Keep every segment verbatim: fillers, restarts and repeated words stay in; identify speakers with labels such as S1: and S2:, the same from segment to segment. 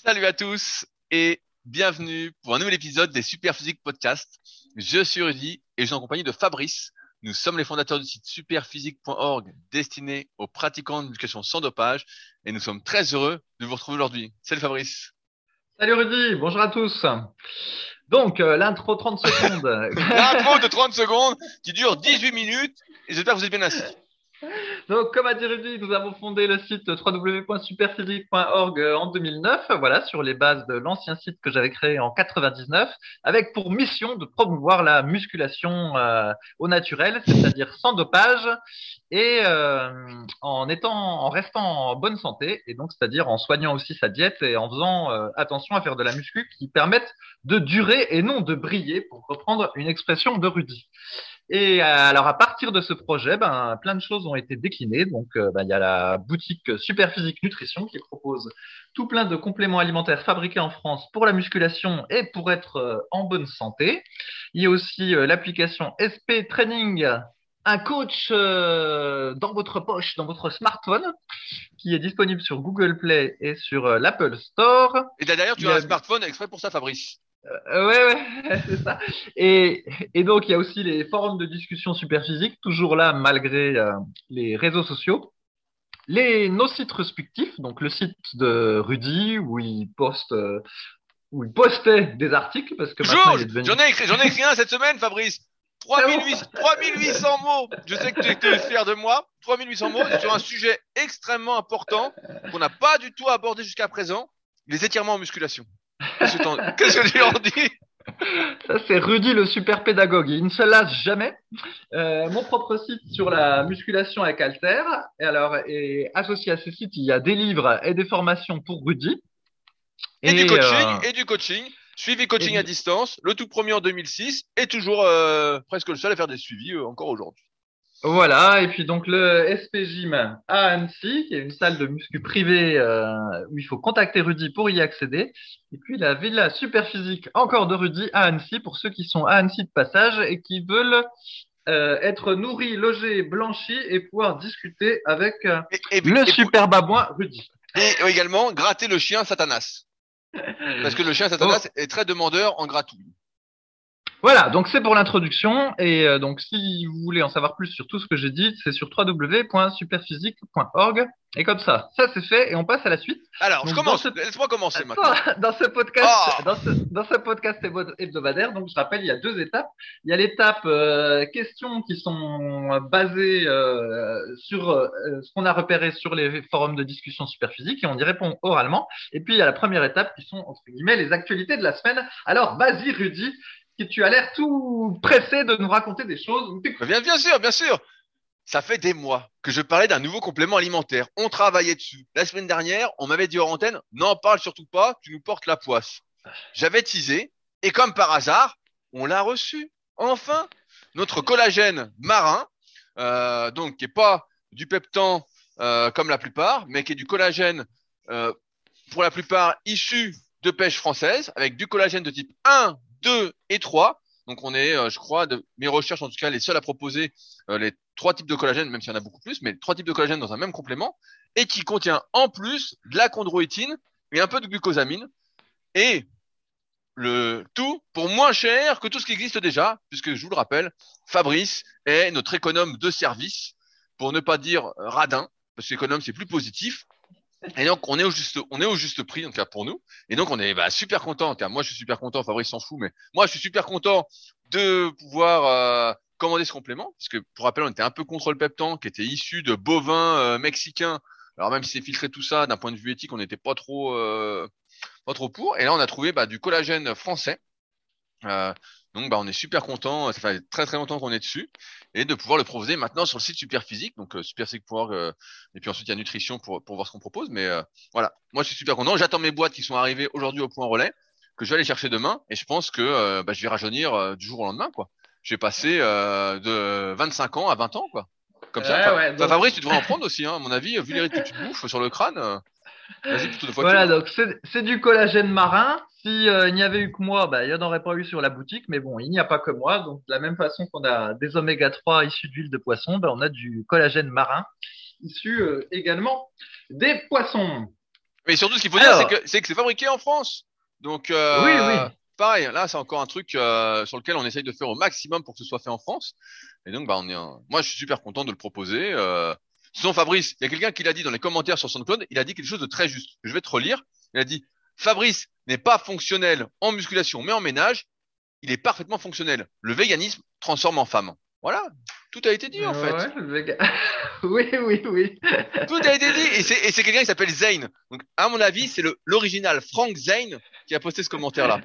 S1: Salut à tous et bienvenue pour un nouvel épisode des Super Physique Podcast. Je suis Rudy et je suis en compagnie de Fabrice. Nous sommes les fondateurs du site superphysique point org destiné aux pratiquants de musculation sans dopage et nous sommes très heureux de vous retrouver aujourd'hui. Salut Fabrice.
S2: Salut Rudy, bonjour à tous. Donc, euh, l'intro trente secondes.
S1: L'intro de trente secondes qui dure dix-huit minutes et j'espère que vous êtes bien assis.
S2: Donc, comme a dit Rudy, nous avons fondé le site w w w point superphysique point org en deux mille neuf, voilà, sur les bases de l'ancien site que j'avais créé en quatre-vingt-dix-neuf, avec pour mission de promouvoir la musculation euh, au naturel, c'est-à-dire sans dopage et euh, en étant, en restant en bonne santé, et donc c'est-à-dire en soignant aussi sa diète et en faisant euh, attention à faire de la muscu qui permette de durer et non de briller, pour reprendre une expression de Rudy. Et alors à partir de ce projet, ben plein de choses ont été déclinées. Donc euh, ben, il y a la boutique Superphysique Nutrition qui propose tout plein de compléments alimentaires fabriqués en France pour la musculation et pour être euh, en bonne santé. Il y a aussi euh, l'application S P Training, un coach euh, dans votre poche, dans votre smartphone, qui est disponible sur Google Play et sur euh, l'Apple Store.
S1: Et d'ailleurs, tu as un smartphone exprès pour ça, Fabrice.
S2: Euh, ouais, ouais, c'est ça. Et, et donc, il y a aussi les forums de discussion Superphysique, toujours là malgré euh, les réseaux sociaux. Les, nos sites respectifs, donc le site de Rudy, où il poste, euh, où il postait des articles, parce que maintenant il est devenu...
S1: J'en ai écrit, j'en ai écrit un cette semaine, Fabrice. trois mille huit cents mots. Je sais que tu es fier de moi. trois mille huit cents mots sur un sujet extrêmement important qu'on n'a pas du tout abordé jusqu'à présent. Les étirements en musculation. Qu'est-ce que, Qu'est-ce que tu en dis?
S2: Ça, c'est Rudy, le super pédagogue. Il ne se lasse jamais. Euh, mon propre site sur la musculation avec Halter. Et alors, et associé à ce site, il y a des livres et des formations pour Rudy.
S1: Et, et du coaching, euh... et du coaching. Suivi coaching et à distance, le tout premier en deux mille six, et toujours euh, presque le seul à faire des suivis euh, encore aujourd'hui.
S2: Voilà, et puis donc le S P Gym à Annecy, qui est une salle de muscu privée euh, où il faut contacter Rudy pour y accéder. Et puis la Villa Superphysique, encore de Rudy, à Annecy, pour ceux qui sont à Annecy de passage et qui veulent euh, être nourris, logés, blanchis et pouvoir discuter avec euh, et, et, le et, super babouin Rudy.
S1: Et également gratter le chien Satanas. Parce que le chien Satanas oh. est très demandeur en gratouille.
S2: Voilà, donc c'est pour l'introduction. Et euh, donc si vous voulez en savoir plus sur tout ce que j'ai dit, c'est sur w w w point superphysique point org. Et comme ça, ça c'est fait et on passe à la suite.
S1: Alors, donc, je commence. Ce... Laisse-moi commencer
S2: Attends,
S1: maintenant.
S2: Dans ce podcast, oh dans, ce, dans ce podcast hebdomadaire, donc je rappelle, il y a deux étapes. Il y a l'étape euh, questions qui sont basées euh, sur euh, ce qu'on a repéré sur les forums de discussion Superphysique et on y répond oralement. Et puis il y a la première étape qui sont entre guillemets les actualités de la semaine. Alors, vas-y Rudy. Tu as l'air tout pressé de nous raconter des choses.
S1: Bien, bien sûr, bien sûr. Ça fait des mois que je parlais d'un nouveau complément alimentaire. On travaillait dessus. La semaine dernière, on m'avait dit hors antenne, n'en parle surtout pas, tu nous portes la poisse. J'avais teasé, et comme par hasard, on l'a reçu. Enfin, notre collagène marin, euh, donc qui est pas du peptan euh, comme la plupart, mais qui est du collagène euh, pour la plupart issu de pêche française, avec du collagène de type un, deux et trois. Donc on est, euh, je crois, de mes recherches en tout cas, les seuls à proposer euh, les trois types de collagène, même s'il y en a beaucoup plus, mais trois types de collagène dans un même complément, et qui contient en plus de la chondroïtine et un peu de glucosamine, et le tout pour moins cher que tout ce qui existe déjà, puisque je vous le rappelle, Fabrice est notre économe de service, pour ne pas dire radin, parce qu'économe c'est plus positif. Et donc on est au juste, on est au juste prix en tout cas pour nous. Et donc on est bah, super content. Car moi je suis super content. Fabrice s'en fout, mais moi je suis super content de pouvoir euh, commander ce complément, parce que pour rappel on était un peu contre le peptan, qui était issu de bovins euh, mexicains. Alors même si c'est filtré tout ça, d'un point de vue éthique, on n'était pas trop, euh, pas trop pour. Et là on a trouvé bah, du collagène français. Euh, donc bah on est super content, ça fait très très longtemps qu'on est dessus, et de pouvoir le proposer maintenant sur le site Superphysique, donc euh, superphysique point org, euh, et puis ensuite il y a Nutrition pour pour voir ce qu'on propose. Mais euh, voilà, moi je suis super content. J'attends mes boîtes qui sont arrivées aujourd'hui au point relais, que je vais aller chercher demain, et je pense que euh, bah, je vais rajeunir euh, du jour au lendemain, quoi. Je vais passer euh, de vingt-cinq ans à vingt ans, quoi. Comme ça.
S2: Ouais,
S1: Fa-
S2: ouais, donc...
S1: Fabrice, tu devrais en prendre aussi, hein, à mon avis, vu les rythmes que tu te bouffes sur le crâne. Euh, vas-y plutôt deux fois.
S2: Voilà, donc c'est, c'est du collagène marin. Si euh, il n'y avait eu que moi, bah, il n'y en aurait pas eu sur la boutique, mais bon, il n'y a pas que moi. Donc, de la même façon qu'on a des oméga trois issus d'huile de poisson, bah, on a du collagène marin issu euh, également des poissons.
S1: Mais surtout, ce qu'il faut dire, c'est
S2: Alors,
S1: que c'est que c'est fabriqué en France. Donc,
S2: oui, oui.
S1: euh, pareil, là, c'est encore un truc euh, sur lequel on essaye de faire au maximum pour que ce soit fait en France. Et donc, bah, on est, un- moi, je suis super content de le proposer. Euh... Sinon, Fabrice, il y a quelqu'un qui l'a dit dans les commentaires sur SoundCloud. Il a dit quelque chose de très juste. Que je vais te relire. Il a dit, Fabrice n'est pas fonctionnel en musculation, mais en ménage, il est parfaitement fonctionnel. Le véganisme transforme en femme. Voilà, tout a été dit en fait.
S2: Ouais, le gars- oui, oui, oui.
S1: Tout a été dit. Et c'est et c'est quelqu'un qui s'appelle Zane. Donc, à mon avis, c'est le l'original Frank Zane qui a posté ce commentaire-là.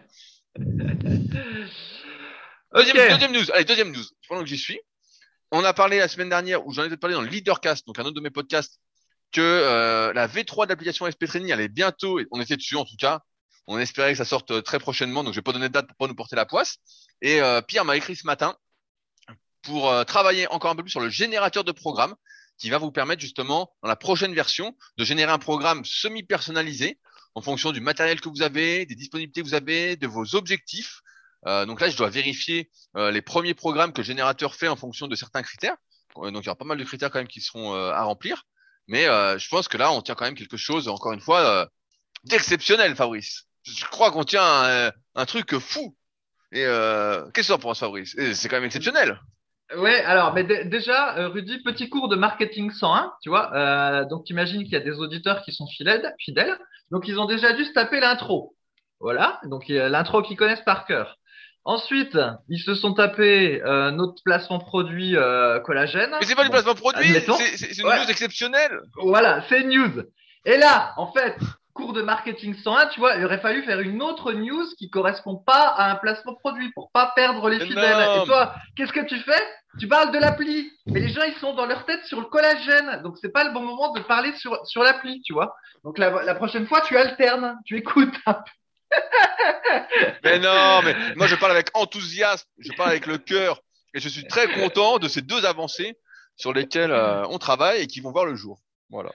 S2: Ok.
S1: Deuxième, deuxième news. Allez, deuxième news. Pendant que j'y suis. On a parlé la semaine dernière, où j'en ai peut-être parlé dans le Leadercast, donc un autre de mes podcasts, que euh, la V trois de l'application S P Training allait bientôt, et on était dessus en tout cas, on espérait que ça sorte euh, très prochainement, donc je vais pas donner de date pour pas nous porter la poisse. Et euh, Pierre m'a écrit ce matin pour euh, travailler encore un peu plus sur le générateur de programme, qui va vous permettre justement, dans la prochaine version, de générer un programme semi-personnalisé en fonction du matériel que vous avez, des disponibilités que vous avez, de vos objectifs. Euh, donc là, je dois vérifier euh, les premiers programmes que le générateur fait en fonction de certains critères. Euh, donc il y aura pas mal de critères quand même qui seront euh, à remplir. Mais euh, je pense que là, on tient quand même quelque chose, encore une fois, euh, d'exceptionnel, Fabrice. Je crois qu'on tient un, un truc fou. Et euh, qu'est-ce que tu en penses, Fabrice? Et c'est quand même exceptionnel.
S2: Ouais, alors, mais dé- déjà, euh, Rudy, petit cours de marketing cent un, tu vois. Euh, donc, t'imagines qu'il y a des auditeurs qui sont fidèles, fidèles. Donc, ils ont déjà dû se taper l'intro. Voilà. Donc, il y a l'intro qu'ils connaissent par cœur. Ensuite, ils se sont tapés euh, notre placement produit euh, collagène.
S1: Mais c'est pas du
S2: Bon,
S1: placement produit,
S2: admettons.
S1: c'est c'est- c'est une
S2: Ouais,
S1: news exceptionnelle.
S2: voilà, c'est news. Et là, en fait, cours de marketing cent un, tu vois, il aurait fallu faire une autre news qui correspond pas à un placement produit pour pas perdre les
S1: Mais
S2: fidèles. Et
S1: non.
S2: toi, qu'est-ce que tu fais? Tu parles de l'appli. Mais les gens, ils sont dans leur tête sur le collagène. Donc, c'est pas le bon moment de parler sur, sur l'appli, tu vois. Donc, la, la prochaine fois, tu alternes, tu écoutes.
S1: Mais non, mais moi je parle avec enthousiasme, je parle avec le cœur, et je suis très content de ces deux avancées sur lesquelles euh, on travaille et qui vont voir le jour. Voilà.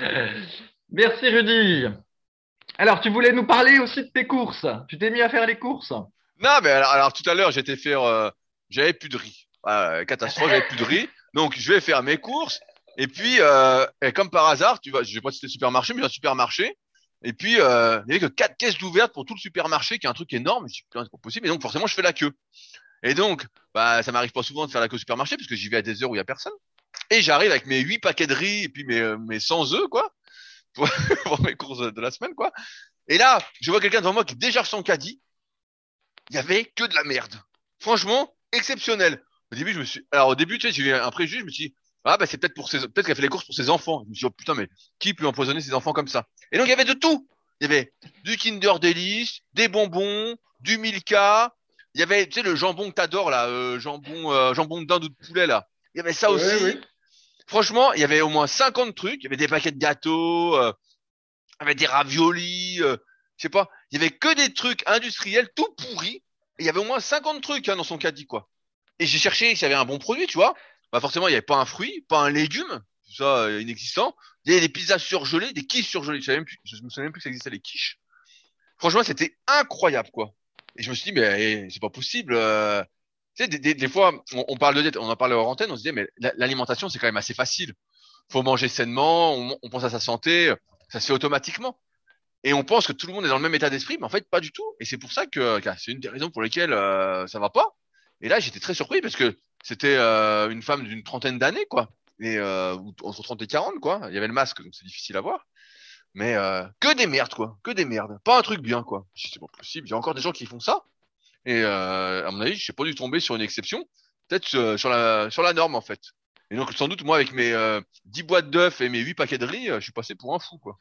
S2: Merci, Rudy. Alors, tu voulais nous parler aussi de tes courses. Tu t'es mis à faire les courses.
S1: Non, mais alors, alors, tout à l'heure j'étais faire, euh, j'avais plus de riz, euh, catastrophe, j'avais plus de riz, donc je vais faire mes courses. Et puis, euh, et comme par hasard, tu vois, je sais pas si c'était supermarché, mais j'ai un supermarché. Et puis, euh, il y avait que quatre caisses d'ouvertes pour tout le supermarché, qui est un truc énorme. Je dis, putain, c'est pas possible. Et donc, forcément, je fais la queue. Et donc, bah, ça m'arrive pas souvent de faire la queue au supermarché, parce que j'y vais à des heures où il y a personne. Et j'arrive avec mes huit paquets de riz et puis mes, euh, mes cent œufs, quoi, pour, pour mes courses de la semaine, quoi. Et là, je vois quelqu'un devant moi qui décharge son caddie. Il y avait que de la merde. Franchement, exceptionnel. Au début, je me suis, alors au début, tu sais, j'ai eu un préjugé, je me suis dit, ah, bah, c'est peut-être pour ses, peut-être qu'elle fait les courses pour ses enfants. Je me suis dit, oh putain, mais qui peut empoisonner ses enfants comme ça? Et donc, il y avait de tout. Il y avait du Kinder Delice, des bonbons, du Milka. Il y avait, tu sais, le jambon que t'adores, là, euh, jambon, euh, jambon de dinde ou de poulet, là. Il y avait ça
S2: Oui, oui.
S1: aussi. Franchement, il y avait au moins cinquante trucs. Il y avait des paquets de gâteaux, euh, il y avait des raviolis, euh, je sais pas. Il y avait que des trucs industriels tout pourris. Et il y avait au moins cinquante trucs hein, dans son caddie, quoi. Et j'ai cherché s'il y avait un bon produit, tu vois. Bah forcément, il n'y avait pas un fruit, pas un légume, tout ça euh, inexistant. Il y avait des pizzas surgelées, des quiches surgelées. Je savais même plus, je me souviens même plus que ça existait les quiches. Franchement, c'était incroyable, quoi. Et je me suis dit, mais eh, c'est pas possible. euh. Tu sais, des, des, des fois, on, on parle de diète, on en parlait hors antenne, on se disait, mais la- l'alimentation, c'est quand même assez facile. Faut manger sainement, on, on pense à sa santé, ça se fait automatiquement. Et on pense que tout le monde est dans le même état d'esprit, mais en fait, pas du tout. Et c'est pour ça que, que c'est une des raisons pour lesquelles euh, ça va pas. Et là, j'étais très surpris parce que c'était euh, une femme d'une trentaine d'années, quoi. Et euh, ou- entre trente et quarante, quoi. Il y avait le masque, donc c'est difficile à voir. Mais euh, que des merdes, quoi. Que des merdes. Pas un truc bien, quoi. Je dis, c'est pas possible. Il y a encore des gens qui font ça. Et euh, à mon avis, je sais pas dû tomber sur une exception. Peut-être euh, sur la sur la norme, en fait. Et donc, sans doute, moi, avec mes euh, dix boîtes d'œufs et mes huit paquets de riz, euh, je suis passé pour un fou, quoi.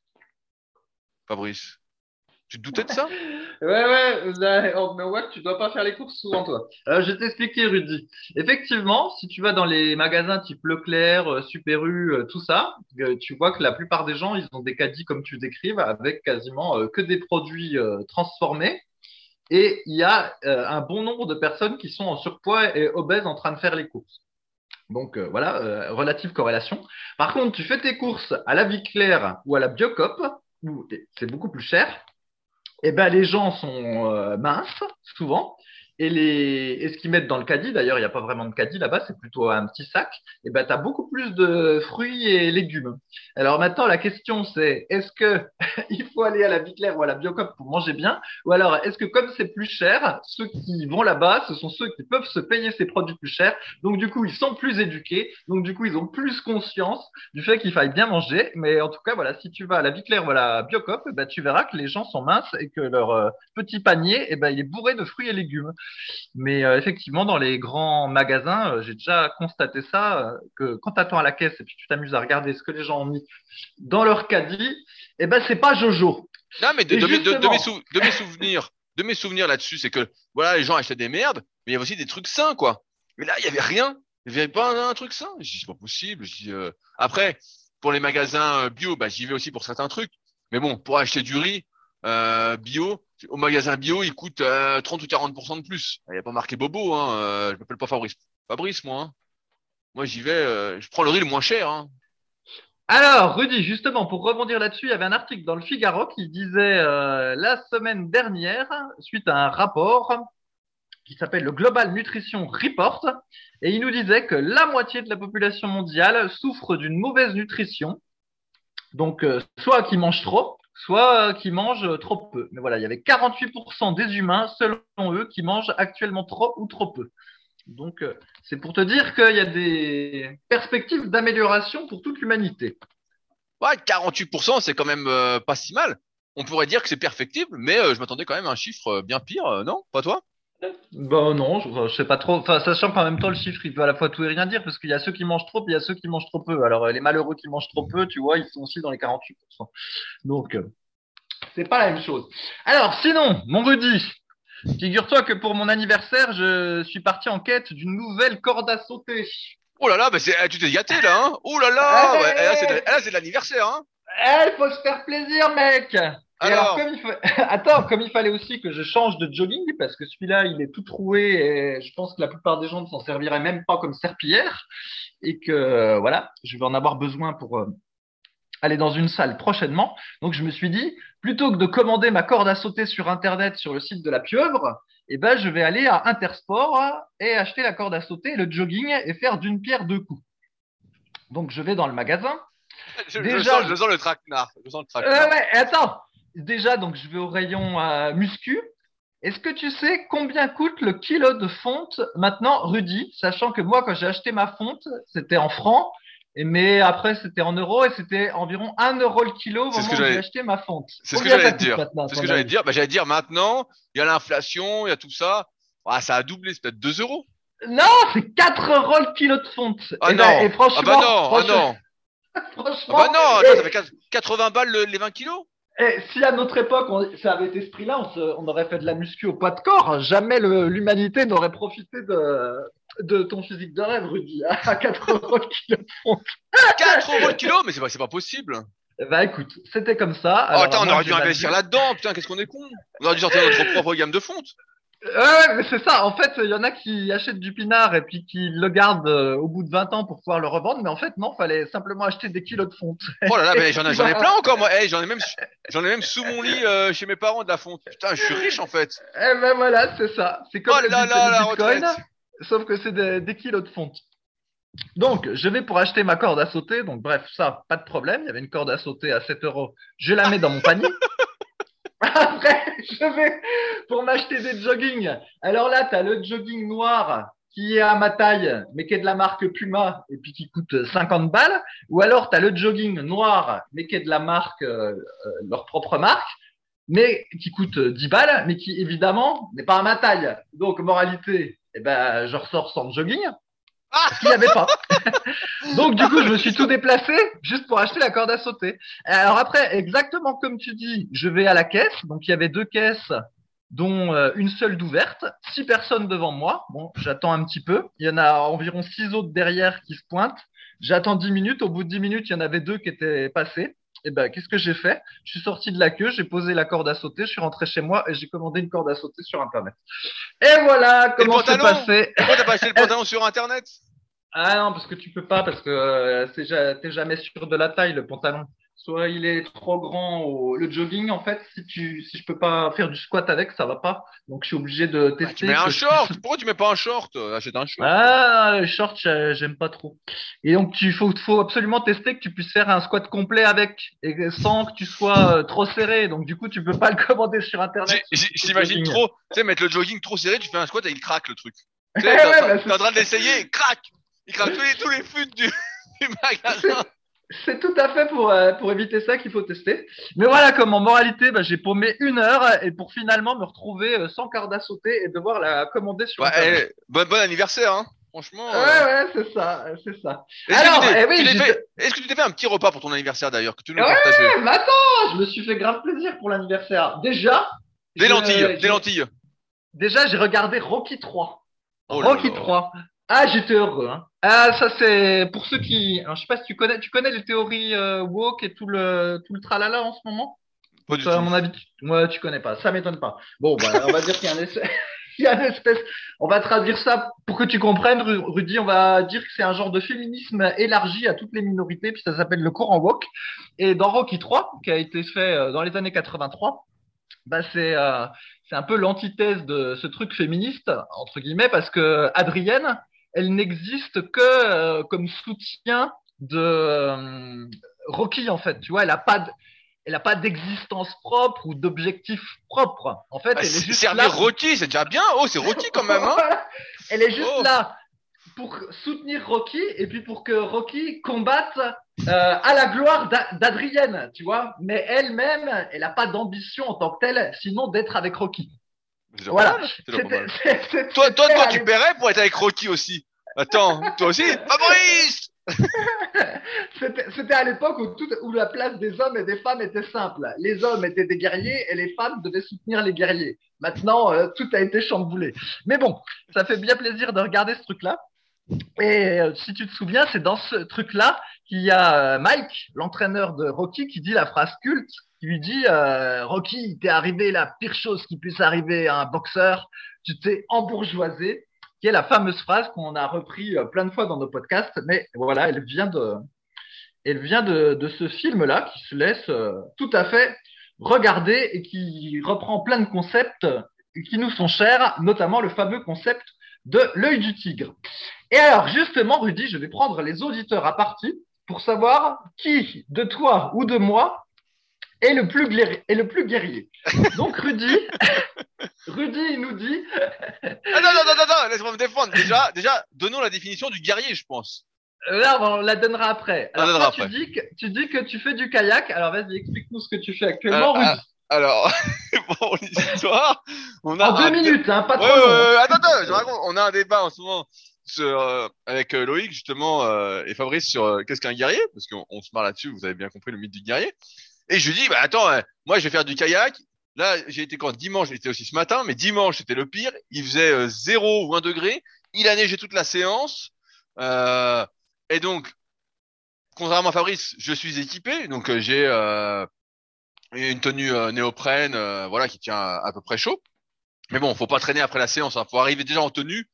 S1: Fabrice, tu te doutais de ça?
S2: Ouais, ouais, là, on me voit que tu dois pas faire les courses souvent, toi. Euh, je vais t'expliquer, Rudy. Effectivement, si tu vas dans les magasins type Leclerc, euh, Super U, euh, tout ça, euh, tu vois que la plupart des gens, ils ont des caddies, comme tu décrives, avec quasiment euh, que des produits euh, transformés. Et il y a euh, un bon nombre de personnes qui sont en surpoids et obèses en train de faire les courses. Donc euh, voilà, euh, relative corrélation. Par contre, tu fais tes courses à la Vie Claire ou à la Biocoop, où c'est beaucoup plus cher. Eh ben, les gens sont euh, minces, souvent. et, les, et ce qu'ils mettent dans le caddie, d'ailleurs, il n'y a pas vraiment de caddie là-bas, c'est plutôt un petit sac, et ben, tu as beaucoup plus de fruits et légumes. Alors maintenant, la question c'est, est-ce que il faut aller à la Vie Claire ou à la Biocoop pour manger bien? Ou alors, est-ce que comme c'est plus cher, ceux qui vont là-bas, ce sont ceux qui peuvent se payer ces produits plus chers, donc du coup, ils sont plus éduqués, donc du coup, ils ont plus conscience du fait qu'il faille bien manger. Mais en tout cas, voilà, si tu vas à la Vie Claire ou à la Biocoop, eh ben, tu verras que les gens sont minces et que leur euh, petit panier, eh ben, il est bourré de fruits et légumes. Mais euh, effectivement, dans les grands magasins, euh, j'ai déjà constaté ça, euh, que quand tu attends à la caisse et puis tu t'amuses à regarder ce que les gens ont mis dans leur caddie, eh ben, c'est pas Jojo.
S1: Non, mais de,
S2: Et
S1: de mes, de, de mes
S2: justement,
S1: sou- de mes souvenirs, de mes souvenirs là-dessus, c'est que, voilà, les gens achetaient des merdes, mais il y avait aussi des trucs sains, quoi. Mais là, il y avait rien. Il y avait pas un, un truc sain. Je dis, c'est pas possible. Je dis, euh, après, pour les magasins euh, bio, bah, j'y vais aussi pour certains trucs. Mais bon, pour acheter du riz, euh, bio, au magasin bio, il coûte, euh, trente ou quarante pour cent de plus. Il n'y a pas marqué Bobo, hein. Euh, je m'appelle pas Fabrice. Fabrice, moi, hein. Moi, j'y vais, euh, je prends le riz le moins cher, hein.
S2: alors, Rudy, justement, pour rebondir là-dessus, il y avait un article dans le Figaro qui disait euh, la semaine dernière, suite à un rapport qui s'appelle le Global Nutrition Report, et il nous disait que la moitié de la population mondiale souffre d'une mauvaise nutrition, donc euh, soit qui mange trop, soit euh, qui mange trop peu. Mais voilà, il y avait quarante-huit pour cent des humains, selon eux, qui mangent actuellement trop ou trop peu. Donc, euh, c'est pour te dire qu'il y a des perspectives d'amélioration pour toute l'humanité.
S1: Ouais, quarante-huit pour cent, c'est quand même euh, pas si mal. On pourrait dire que c'est perfectible, mais euh, je m'attendais quand même à un chiffre euh, bien pire, euh, non? Pas toi?
S2: Ben non, je, je sais pas trop. Enfin, sachant qu'en même temps, le chiffre, il peut à la fois tout et rien dire, parce qu'il y a ceux qui mangent trop, puis il y a ceux qui mangent trop peu. Alors, euh, les malheureux qui mangent trop peu, tu vois, ils sont aussi dans les quarante-huit pour cent. Donc, euh, c'est pas la même chose. Alors, sinon, mon Rudy, figure-toi que pour mon anniversaire, je suis parti en quête d'une nouvelle corde à sauter.
S1: Oh là là, bah c'est, eh, tu t'es gâté là, hein? Oh là là, ouais, eh, là c'est de, eh, là, c'est de l'anniversaire, hein?
S2: Eh, il faut se faire plaisir, mec! Et alors,
S1: Alors,
S2: comme il faut... Attends, comme il fallait aussi que je change de jogging, parce que celui-là, il est tout troué et je pense que la plupart des gens ne s'en serviraient même pas comme serpillière et que, euh, voilà, je vais en avoir besoin pour euh, aller dans une salle prochainement. Donc, je me suis dit, plutôt que de commander ma corde à sauter sur Internet sur le site de la pieuvre, eh ben, je vais aller à Intersport et acheter la corde à sauter, le jogging et faire d'une pierre deux coups. Donc, je vais dans le magasin.
S1: je, je
S2: Déjà,
S1: sens,
S2: je...
S1: je sens le traquenard, je sens le
S2: Euh,
S1: traquenard.
S2: ouais, attends. Déjà, donc, je vais au rayon euh, muscu. Est-ce que tu sais combien coûte le kilo de fonte maintenant, Rudy? Sachant que moi, quand j'ai acheté ma fonte, c'était en francs, et- mais après, c'était en euros et c'était environ un euro le kilo au
S1: C'est ce que
S2: moment où j'ai
S1: j'allais,
S2: acheté ma fonte.
S1: c'est ce que
S2: Combien
S1: j'allais
S2: ça
S1: te
S2: coûte
S1: dire.
S2: maintenant, à
S1: C'est ce que
S2: ton
S1: j'allais te
S2: avis?
S1: dire. Bah, j'allais te dire maintenant, il y a l'inflation, il y a tout ça. Ah, ça a doublé, c'est peut-être deux euros.
S2: Non, c'est quatre euros le kilo de fonte.
S1: Ah
S2: Et, ben, et
S1: non, ah bah
S2: franchement,
S1: non, ah
S2: franchement,
S1: non, ah bah
S2: franchement,
S1: non, attends, ça fait
S2: et,
S1: quat- quatre-vingts balles le- les vingt kilos?
S2: et si à notre époque, on- ça avait été ce prix-là, on, se- on aurait fait de la muscu au poids de corps. Jamais le- l'humanité n'aurait profité de, de ton physique de rêve, Rudy, à quatre euros le kilo de fonte.
S1: quatre euros le kilo? Mais c'est pas, c'est pas possible.
S2: Bah écoute, c'était comme ça.
S1: Oh,
S2: Alors à
S1: attends, on
S2: moins
S1: aurait
S2: que
S1: dû
S2: j'ai mal
S1: investir
S2: vu.
S1: là-dedans, putain, qu'est-ce qu'on est con. On aurait dû sortir notre propre gamme de fonte.
S2: Ouais, ouais, mais c'est ça. En fait, il y en a qui achètent du pinard et puis qui le gardent euh, au bout de vingt ans pour pouvoir le revendre. Mais en fait, non, fallait simplement acheter des kilos de fonte.
S1: Oh là là, mais
S2: Et
S1: j'en ai,
S2: puis
S1: j'en ai plein
S2: voilà.
S1: encore, moi. Hey, j'en ai même, j'en ai même sous mon lit, euh, chez mes parents de la fonte. Putain, je suis riche, en fait.
S2: Et ben voilà, c'est ça. C'est comme
S1: Oh
S2: le,
S1: là
S2: bit-
S1: là,
S2: le
S1: la
S2: bitcoin,
S1: retraite.
S2: sauf que c'est des, des kilos de fonte. Donc, je vais pour acheter ma corde à sauter. Donc, bref, ça, pas de problème. Il y avait une corde à sauter à sept euros. Je la mets dans mon panier. Après, je vais pour m'acheter des joggings. Alors là, tu as le jogging noir qui est à ma taille, mais qui est de la marque Puma et puis qui coûte cinquante balles. Ou alors, tu as le jogging noir, mais qui est de la marque, euh, euh, leur propre marque, mais qui coûte dix balles, mais qui évidemment n'est pas à ma taille. Donc, moralité, eh ben, je ressors sans jogging,
S1: Ah,
S2: parce qu'il n'y avait pas. Donc, du coup, je me suis tout déplacé juste pour acheter la corde à sauter. Alors après, exactement comme tu dis, je vais à la caisse. Donc, il y avait deux caisses, dont euh, une seule d'ouverte. Six personnes devant moi. Bon, j'attends un petit peu. Il y en a environ six autres derrière qui se pointent. J'attends dix minutes. Au bout de dix minutes, il y en avait deux qui étaient passés. Et ben, qu'est-ce que j'ai fait? Je suis sorti de la queue, j'ai posé la corde à sauter, je suis rentré chez moi et j'ai commandé une corde à sauter sur Internet. Et voilà
S1: et le
S2: comment c'est
S1: pantalon?
S2: passé.
S1: Pourquoi t'as pas acheté le pantalon sur Internet?
S2: Ah non, parce que tu peux pas, parce que euh, c'est ja- t'es jamais sûr de la taille, le pantalon. soit il est trop grand. Au... Le jogging, en fait, si tu, si je peux pas faire du squat avec, ça va pas. Donc je suis obligé de
S1: Bah, tu mets
S2: tester
S1: un
S2: que je puisse.
S1: short. Pourquoi tu mets pas un short? Euh, Achète un short.
S2: Ah, le short, j'ai- j'aime pas trop. Et donc, tu faut, faut absolument tester que tu puisses faire un squat complet avec, et sans que tu sois euh, trop serré. Donc, du coup, tu peux pas le commander sur
S1: J'ai-
S2: Internet.
S1: j'ai-
S2: Ce
S1: J'imagine
S2: jogging.
S1: trop, tu sais, mettre le jogging trop serré, tu fais un squat et il craque le truc. Tu
S2: Ouais,
S1: sais, t'es en
S2: ouais,
S1: train
S2: bah,
S1: t'es en train de
S2: c'est
S1: l'essayer, il craque! Il craque tous les, tous les fûts du, du
S2: c'est-
S1: magasin.
S2: c'est tout à fait pour, euh, pour éviter ça qu'il faut tester. Mais voilà, comme en moralité, bah, j'ai paumé une heure et pour finalement me retrouver euh, sans corde à sauter et devoir la commander sur
S1: Ouais,
S2: Internet.
S1: eh, bon, bon anniversaire, hein. Franchement.
S2: Ouais,
S1: euh.
S2: ouais, c'est ça, c'est ça.
S1: Est-ce que tu
S2: Alors,
S1: t'es,
S2: eh
S1: tu
S2: oui,
S1: t'es
S2: j'étais.
S1: fait, est-ce que tu t'es fait un petit repas pour ton anniversaire d'ailleurs, que tu veux nous
S2: Ouais,
S1: partager?
S2: mais attends, je me suis fait grave plaisir pour l'anniversaire. Déjà,
S1: Des lentilles,
S2: je,
S1: des
S2: j'ai,
S1: lentilles.
S2: déjà, j'ai regardé Rocky trois.
S1: Oh là
S2: Rocky
S1: là.
S2: trois. Ah, j'étais heureux, hein. Ah, ça c'est pour ceux qui. Alors, je sais pas si tu connais, tu connais les théories euh, woke et tout le tout le tralala en ce moment.
S1: Pas du
S2: Ça, à
S1: tout.
S2: mon avis, tu... moi, tu connais pas. Ça m'étonne pas. Bon, bah, on va dire qu'il y a un essai. Il y a une espèce. On va traduire ça pour que tu comprennes, Ru- Rudy. On va dire que c'est un genre de féminisme élargi à toutes les minorités, puis ça s'appelle le courant woke. Et dans Rocky trois, qui a été fait euh, dans les années quatre-vingt-trois, bah c'est euh, c'est un peu l'antithèse de ce truc féministe entre guillemets parce que Adrienne, elle n'existe que euh, comme soutien de euh, Rocky en fait. Tu vois, elle a pas de- elle a pas d'existence propre ou d'objectif propre. En fait,
S1: Bah,
S2: elle est
S1: c'est-
S2: juste
S1: servir
S2: là.
S1: Rocky, c'est déjà bien. Oh, c'est Rocky quand même, hein.
S2: Elle est juste
S1: Oh.
S2: là pour soutenir Rocky et puis pour que Rocky combatte euh, à la gloire d'A- d'Adrienne, tu vois. Mais elle-même, elle n'a pas d'ambition en tant que telle, sinon d'être avec Rocky.
S1: C'est déjà pas
S2: Voilà.
S1: mal. C'est déjà pas
S2: C'était,
S1: mal.
S2: c'est- c'est-
S1: Toi, toi,
S2: c'était
S1: toi,
S2: à
S1: tu
S2: l'époque-
S1: paierais pour être avec Rocky aussi. Attends, toi aussi? Fabrice!
S2: c'était, c'était à l'époque où, tout, où la place des hommes et des femmes était simple. Les hommes étaient des guerriers et les femmes devaient soutenir les guerriers. Maintenant, euh, tout a été chamboulé. Mais bon, ça fait bien plaisir de regarder ce truc-là. Et euh, si tu te souviens, c'est dans ce truc-là qu'il y a euh, Mike, l'entraîneur de Rocky, qui dit la phrase culte, qui lui dit euh, Rocky, il t'est arrivé la pire chose qui puisse arriver à un boxeur, tu t'es embourgeoisé, qui est la fameuse phrase qu'on a repris euh, plein de fois dans nos podcasts, mais voilà, elle vient de, elle vient de, de ce film-là qui se laisse euh, tout à fait regarder et qui reprend plein de concepts qui nous sont chers, notamment le fameux concept de l'œil du tigre. Et alors, justement, Rudy, je vais prendre les auditeurs à partie pour savoir qui, de toi ou de moi, est le plus, guerrier, est le plus guerrier. Donc, Rudy, Rudy, il nous dit.
S1: Ah non, non, non, non, non, laisse-moi me défendre. Déjà, déjà, donnons la définition du guerrier, je pense.
S2: Là, on la donnera après.
S1: On la
S2: Alors,
S1: donnera
S2: toi,
S1: après.
S2: tu dis, que, tu dis que tu fais du kayak. Alors, vas-y, explique-nous ce que tu fais
S1: Euh,
S2: actuellement,
S1: ah,
S2: Rudy.
S1: alors, pour l'histoire, on a
S2: En deux
S1: un dé-
S2: minutes, hein, pas
S1: Ouais,
S2: trop
S1: ouais,
S2: long.
S1: ouais, attends, attends, je raconte. On a un débat en ce moment sur, euh, avec euh, Loïc justement euh, et Fabrice sur euh, qu'est-ce qu'un guerrier, parce qu'on on se marre là-dessus. Vous avez bien compris le mythe du guerrier. Et je lui dis, bah attends, euh, moi je vais faire du kayak. Là, j'ai été quand dimanche, j'étais aussi ce matin, mais dimanche c'était le pire. Il faisait euh, zéro ou un degré. Il a neigé toute la séance. Euh, et donc, contrairement à Fabrice, je suis équipé. Donc euh, j'ai euh, une tenue euh, néoprène, euh, voilà, qui tient à, à peu près chaud. Mais bon, faut pas traîner après la séance. Hein. Faut arriver déjà en tenue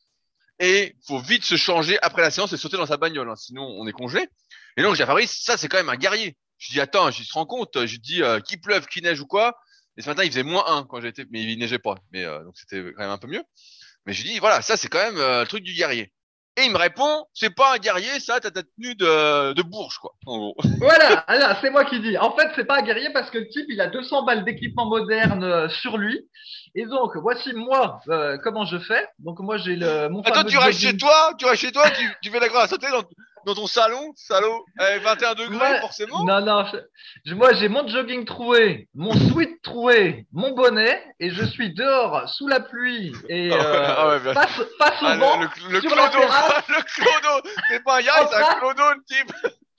S1: et faut vite se changer après la séance et sauter dans sa bagnole. Hein. Sinon, on est congelé. Et donc, j'ai dit à Fabrice, ça c'est quand même un guerrier. Je dis attends, je te rends compte. Je dis euh, qu'il pleuve, qu'il neige ou quoi. Et ce matin, il faisait moins un quand j'étais, mais il neigeait pas. Mais euh, donc c'était quand même un peu mieux. Mais je dis voilà, ça c'est quand même euh, le truc du guerrier. Et il me répond, c'est pas un guerrier, ça, t'as ta tenue de, de bourge, quoi. En gros.
S2: Voilà, alors, c'est moi qui dis. En fait, c'est pas un guerrier parce que le type, il a deux cents balles d'équipement moderne euh, sur lui. Et donc, voici moi, euh, comment je fais. Donc, moi, j'ai le, mon
S1: Attends,
S2: fameux
S1: tu restes chez
S2: jogging.
S1: toi, tu restes chez toi, tu, tu fais la corde à sauter dans, dans ton salon, salaud, avec vingt et un degrés,
S2: Moi,
S1: forcément.
S2: non, non, je- je- moi, j'ai mon jogging troué, mon sweat troué, mon bonnet, et je suis dehors, sous la pluie, et
S1: Ah ouais,
S2: euh,
S1: ah ouais, bah.
S2: face, face au
S1: Ah,
S2: vent,
S1: le, le, le
S2: sur la
S1: clodo,
S2: terrasse,
S1: le clodo, c'est pas un yaï, c'est un
S2: Enfin.
S1: clodo, le type.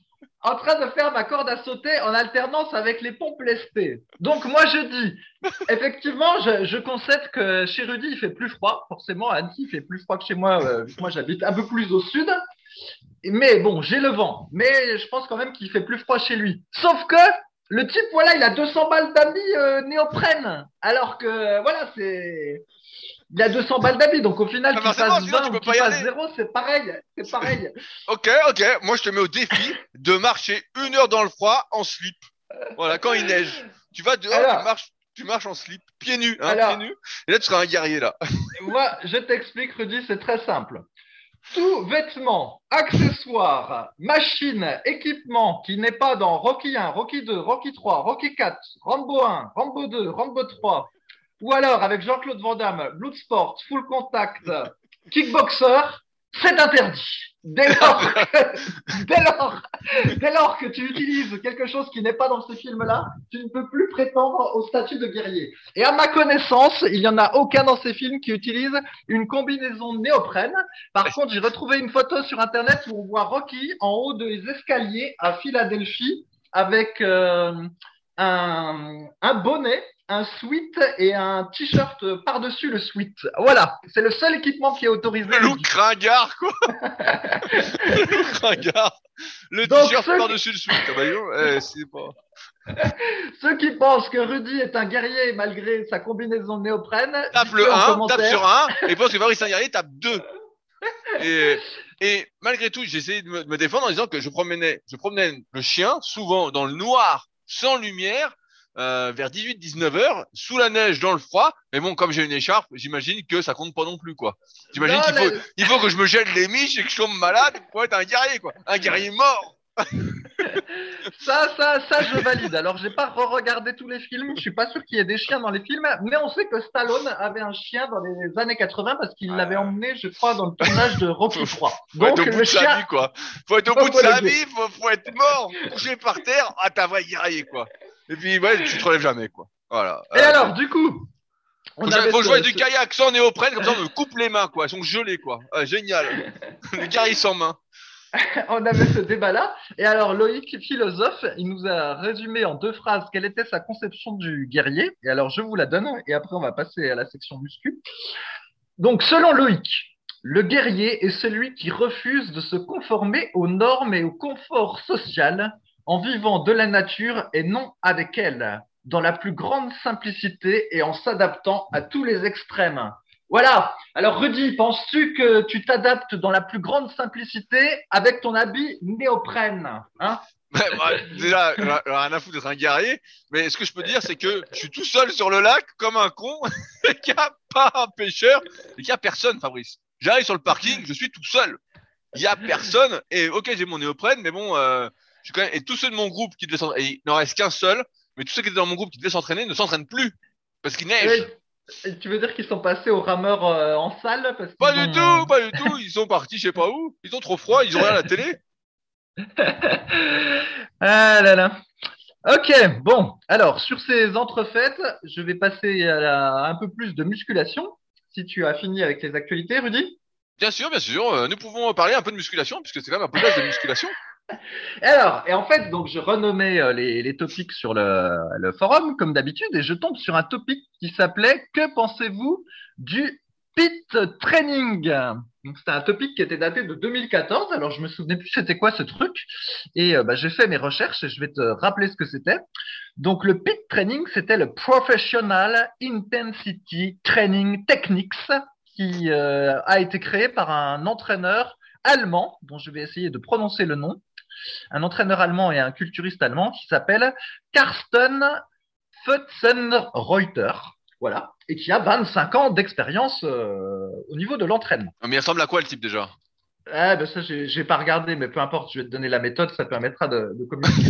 S2: en train de faire ma corde à sauter en alternance avec les pompes lestées. Donc moi je dis, effectivement, je, je concède que chez Rudy il fait plus froid, forcément à Annecy il fait plus froid que chez moi, euh, vu que moi j'habite un peu plus au sud. Mais bon, j'ai le vent, mais je pense quand même qu'il fait plus froid chez lui. Sauf que le type, voilà, il a deux cents balles d'habits euh, néoprène, alors que voilà, c'est il a deux cents balles d'habits, donc au final
S1: Ah,
S2: qu'il
S1: forcément,
S2: fasse
S1: sinon, tu
S2: vingt ou
S1: peux
S2: qu'il
S1: pas y
S2: fasse
S1: aller.
S2: zéro, c'est pareil, c'est pareil.
S1: Ok, ok, moi je te mets au défi de marcher une heure dans le froid en slip. Voilà, quand il neige, tu vas dehors, tu
S2: Alors,
S1: marches, tu marches en slip, pieds nus, hein, pieds
S2: alors,
S1: nus. Et là, tu seras un guerrier là.
S2: moi, je t'explique, Rudy, c'est très simple. Tout vêtement, accessoire, machine, équipement qui n'est pas dans Rocky un, Rocky deux, Rocky trois, Rocky quatre, Rambo un, Rambo deux, Rambo trois, ou alors avec Jean-Claude Van Damme, Bloodsport, Full Contact, Kickboxer, c'est interdit. Dès lors, que, dès, lors, dès lors que tu utilises quelque chose qui n'est pas dans ces films-là, tu ne peux plus prétendre au statut de guerrier. Et à ma connaissance, il n'y en a aucun dans ces films qui utilise une combinaison néoprène. Par contre, j'ai retrouvé une photo sur Internet où on voit Rocky en haut des escaliers à Philadelphie avec euh, un, un bonnet, un sweat et un t-shirt par-dessus le sweat. Voilà, c'est le seul équipement qui est autorisé.
S1: Le look ringard, quoi. Le look ringard. Le
S2: Donc,
S1: t-shirt
S2: ceux
S1: par-dessus le sweat. Ah bah, yo, eh, c'est pas.
S2: Ceux qui pensent que Rudy est un guerrier malgré sa combinaison néoprène,
S1: Tape
S2: dites-le
S1: le
S2: en
S1: un, tape
S2: commentaire.
S1: sur un, et pense que Fabrice un guerrier tape deux. Et, et malgré tout, j'ai essayé de me, de me défendre en disant que je promenais, je promenais le chien, souvent dans le noir, sans lumière, euh, vers dix-huit dix-neuf heures, sous la neige, dans le froid. Mais bon, comme j'ai une écharpe, j'imagine que ça compte pas non plus, quoi. J'imagine
S2: Non,
S1: qu'il faut,
S2: la-
S1: il faut que je me gèle les miches et que je tombe malade pour être un guerrier, quoi. Un guerrier mort.
S2: Ça, ça, ça, je valide. Alors, j'ai pas re-regardé tous les films. Je suis pas sûr qu'il y ait des chiens dans les films, mais on sait que Stallone avait un chien dans les années quatre-vingts parce qu'il
S1: Ouais.
S2: l'avait emmené, je crois, dans le tournage de Rocky trois.
S1: Faut être
S2: Donc,
S1: au bout
S2: le
S1: de sa
S2: chien,
S1: vie, quoi. Faut être au bout de sa
S2: Homologué.
S1: vie, faut, faut être mort, couché par terre. Ah, t'as vrai guerrier, quoi. Et puis, ouais, tu te relèves jamais, quoi. Voilà.
S2: Et
S1: Euh,
S2: alors, du coup, on
S1: Faut, que je-
S2: avait
S1: faut que je
S2: ce-
S1: fasse du
S2: ce-
S1: kayak sans néoprène, comme ça on me coupe les mains, quoi. Elles sont gelées, quoi. Ah, génial. Le guerrier sans main.
S2: on avait ce débat-là. Et alors, Loïc, philosophe, il nous a résumé en deux phrases quelle était sa conception du guerrier. Et alors, je vous la donne, et après, on va passer à la section muscu. Donc, selon Loïc, le guerrier est celui qui refuse de se conformer aux normes et au confort social en vivant de la nature et non avec elle, dans la plus grande simplicité et en s'adaptant à tous les extrêmes. Voilà. Alors, Rudy, penses-tu que tu t'adaptes dans la plus grande simplicité avec ton habit néoprène, hein?
S1: Ouais, bah, déjà, j'en ai rien à foutre d'être un guerrier, mais ce que je peux dire, c'est que je suis tout seul sur le lac, comme un con, et qu'il n'y a pas un pêcheur, et qu'il n'y a personne, Fabrice. J'arrive sur le parking, je suis tout seul. Il n'y a personne, et ok, j'ai mon néoprène, mais bon, euh, je suis quand même, et tous ceux de mon groupe qui devaient s'entraîner, et il n'en reste qu'un seul, mais tous ceux qui étaient dans mon groupe qui devaient s'entraîner ne s'entraînent plus, parce qu'il neige.
S2: Et tu veux dire qu'ils sont passés aux rameurs euh, en salle parce qu'ils
S1: Pas du
S2: ont...
S1: tout, pas du tout, ils sont partis, je sais pas où, ils ont trop froid, ils ont rien à la télé.
S2: Ah là là. Ok, bon. Alors, sur ces entrefaites, je vais passer à la- un peu plus de musculation. Si tu as fini avec les actualités, Rudy.
S1: Bien sûr, bien sûr, euh, nous pouvons parler un peu de musculation, puisque c'est quand même un podcast de musculation.
S2: Et alors, et en fait, donc je renommais euh, les, les topics sur le, le forum, comme d'habitude, et je tombe sur un topic qui s'appelait « Que pensez-vous du pit training ?» Donc c'était un topic qui était daté de deux mille quatorze, alors je me souvenais plus c'était quoi ce truc, et euh, bah, j'ai fait mes recherches et je vais te rappeler ce que c'était. Donc le pit training, c'était le Professional Intensity Training Techniques, qui euh, a été créé par un entraîneur allemand, dont je vais essayer de prononcer le nom, un entraîneur allemand et un culturiste allemand qui s'appelle Carsten Pfutzenreuter, voilà, et qui a vingt-cinq ans d'expérience euh, au niveau de l'entraînement.
S1: Mais il ressemble à quoi le type déjà?
S2: Ah ben ça j'ai, j'ai pas regardé, mais peu importe, je vais te donner la méthode, ça te permettra de, de communiquer.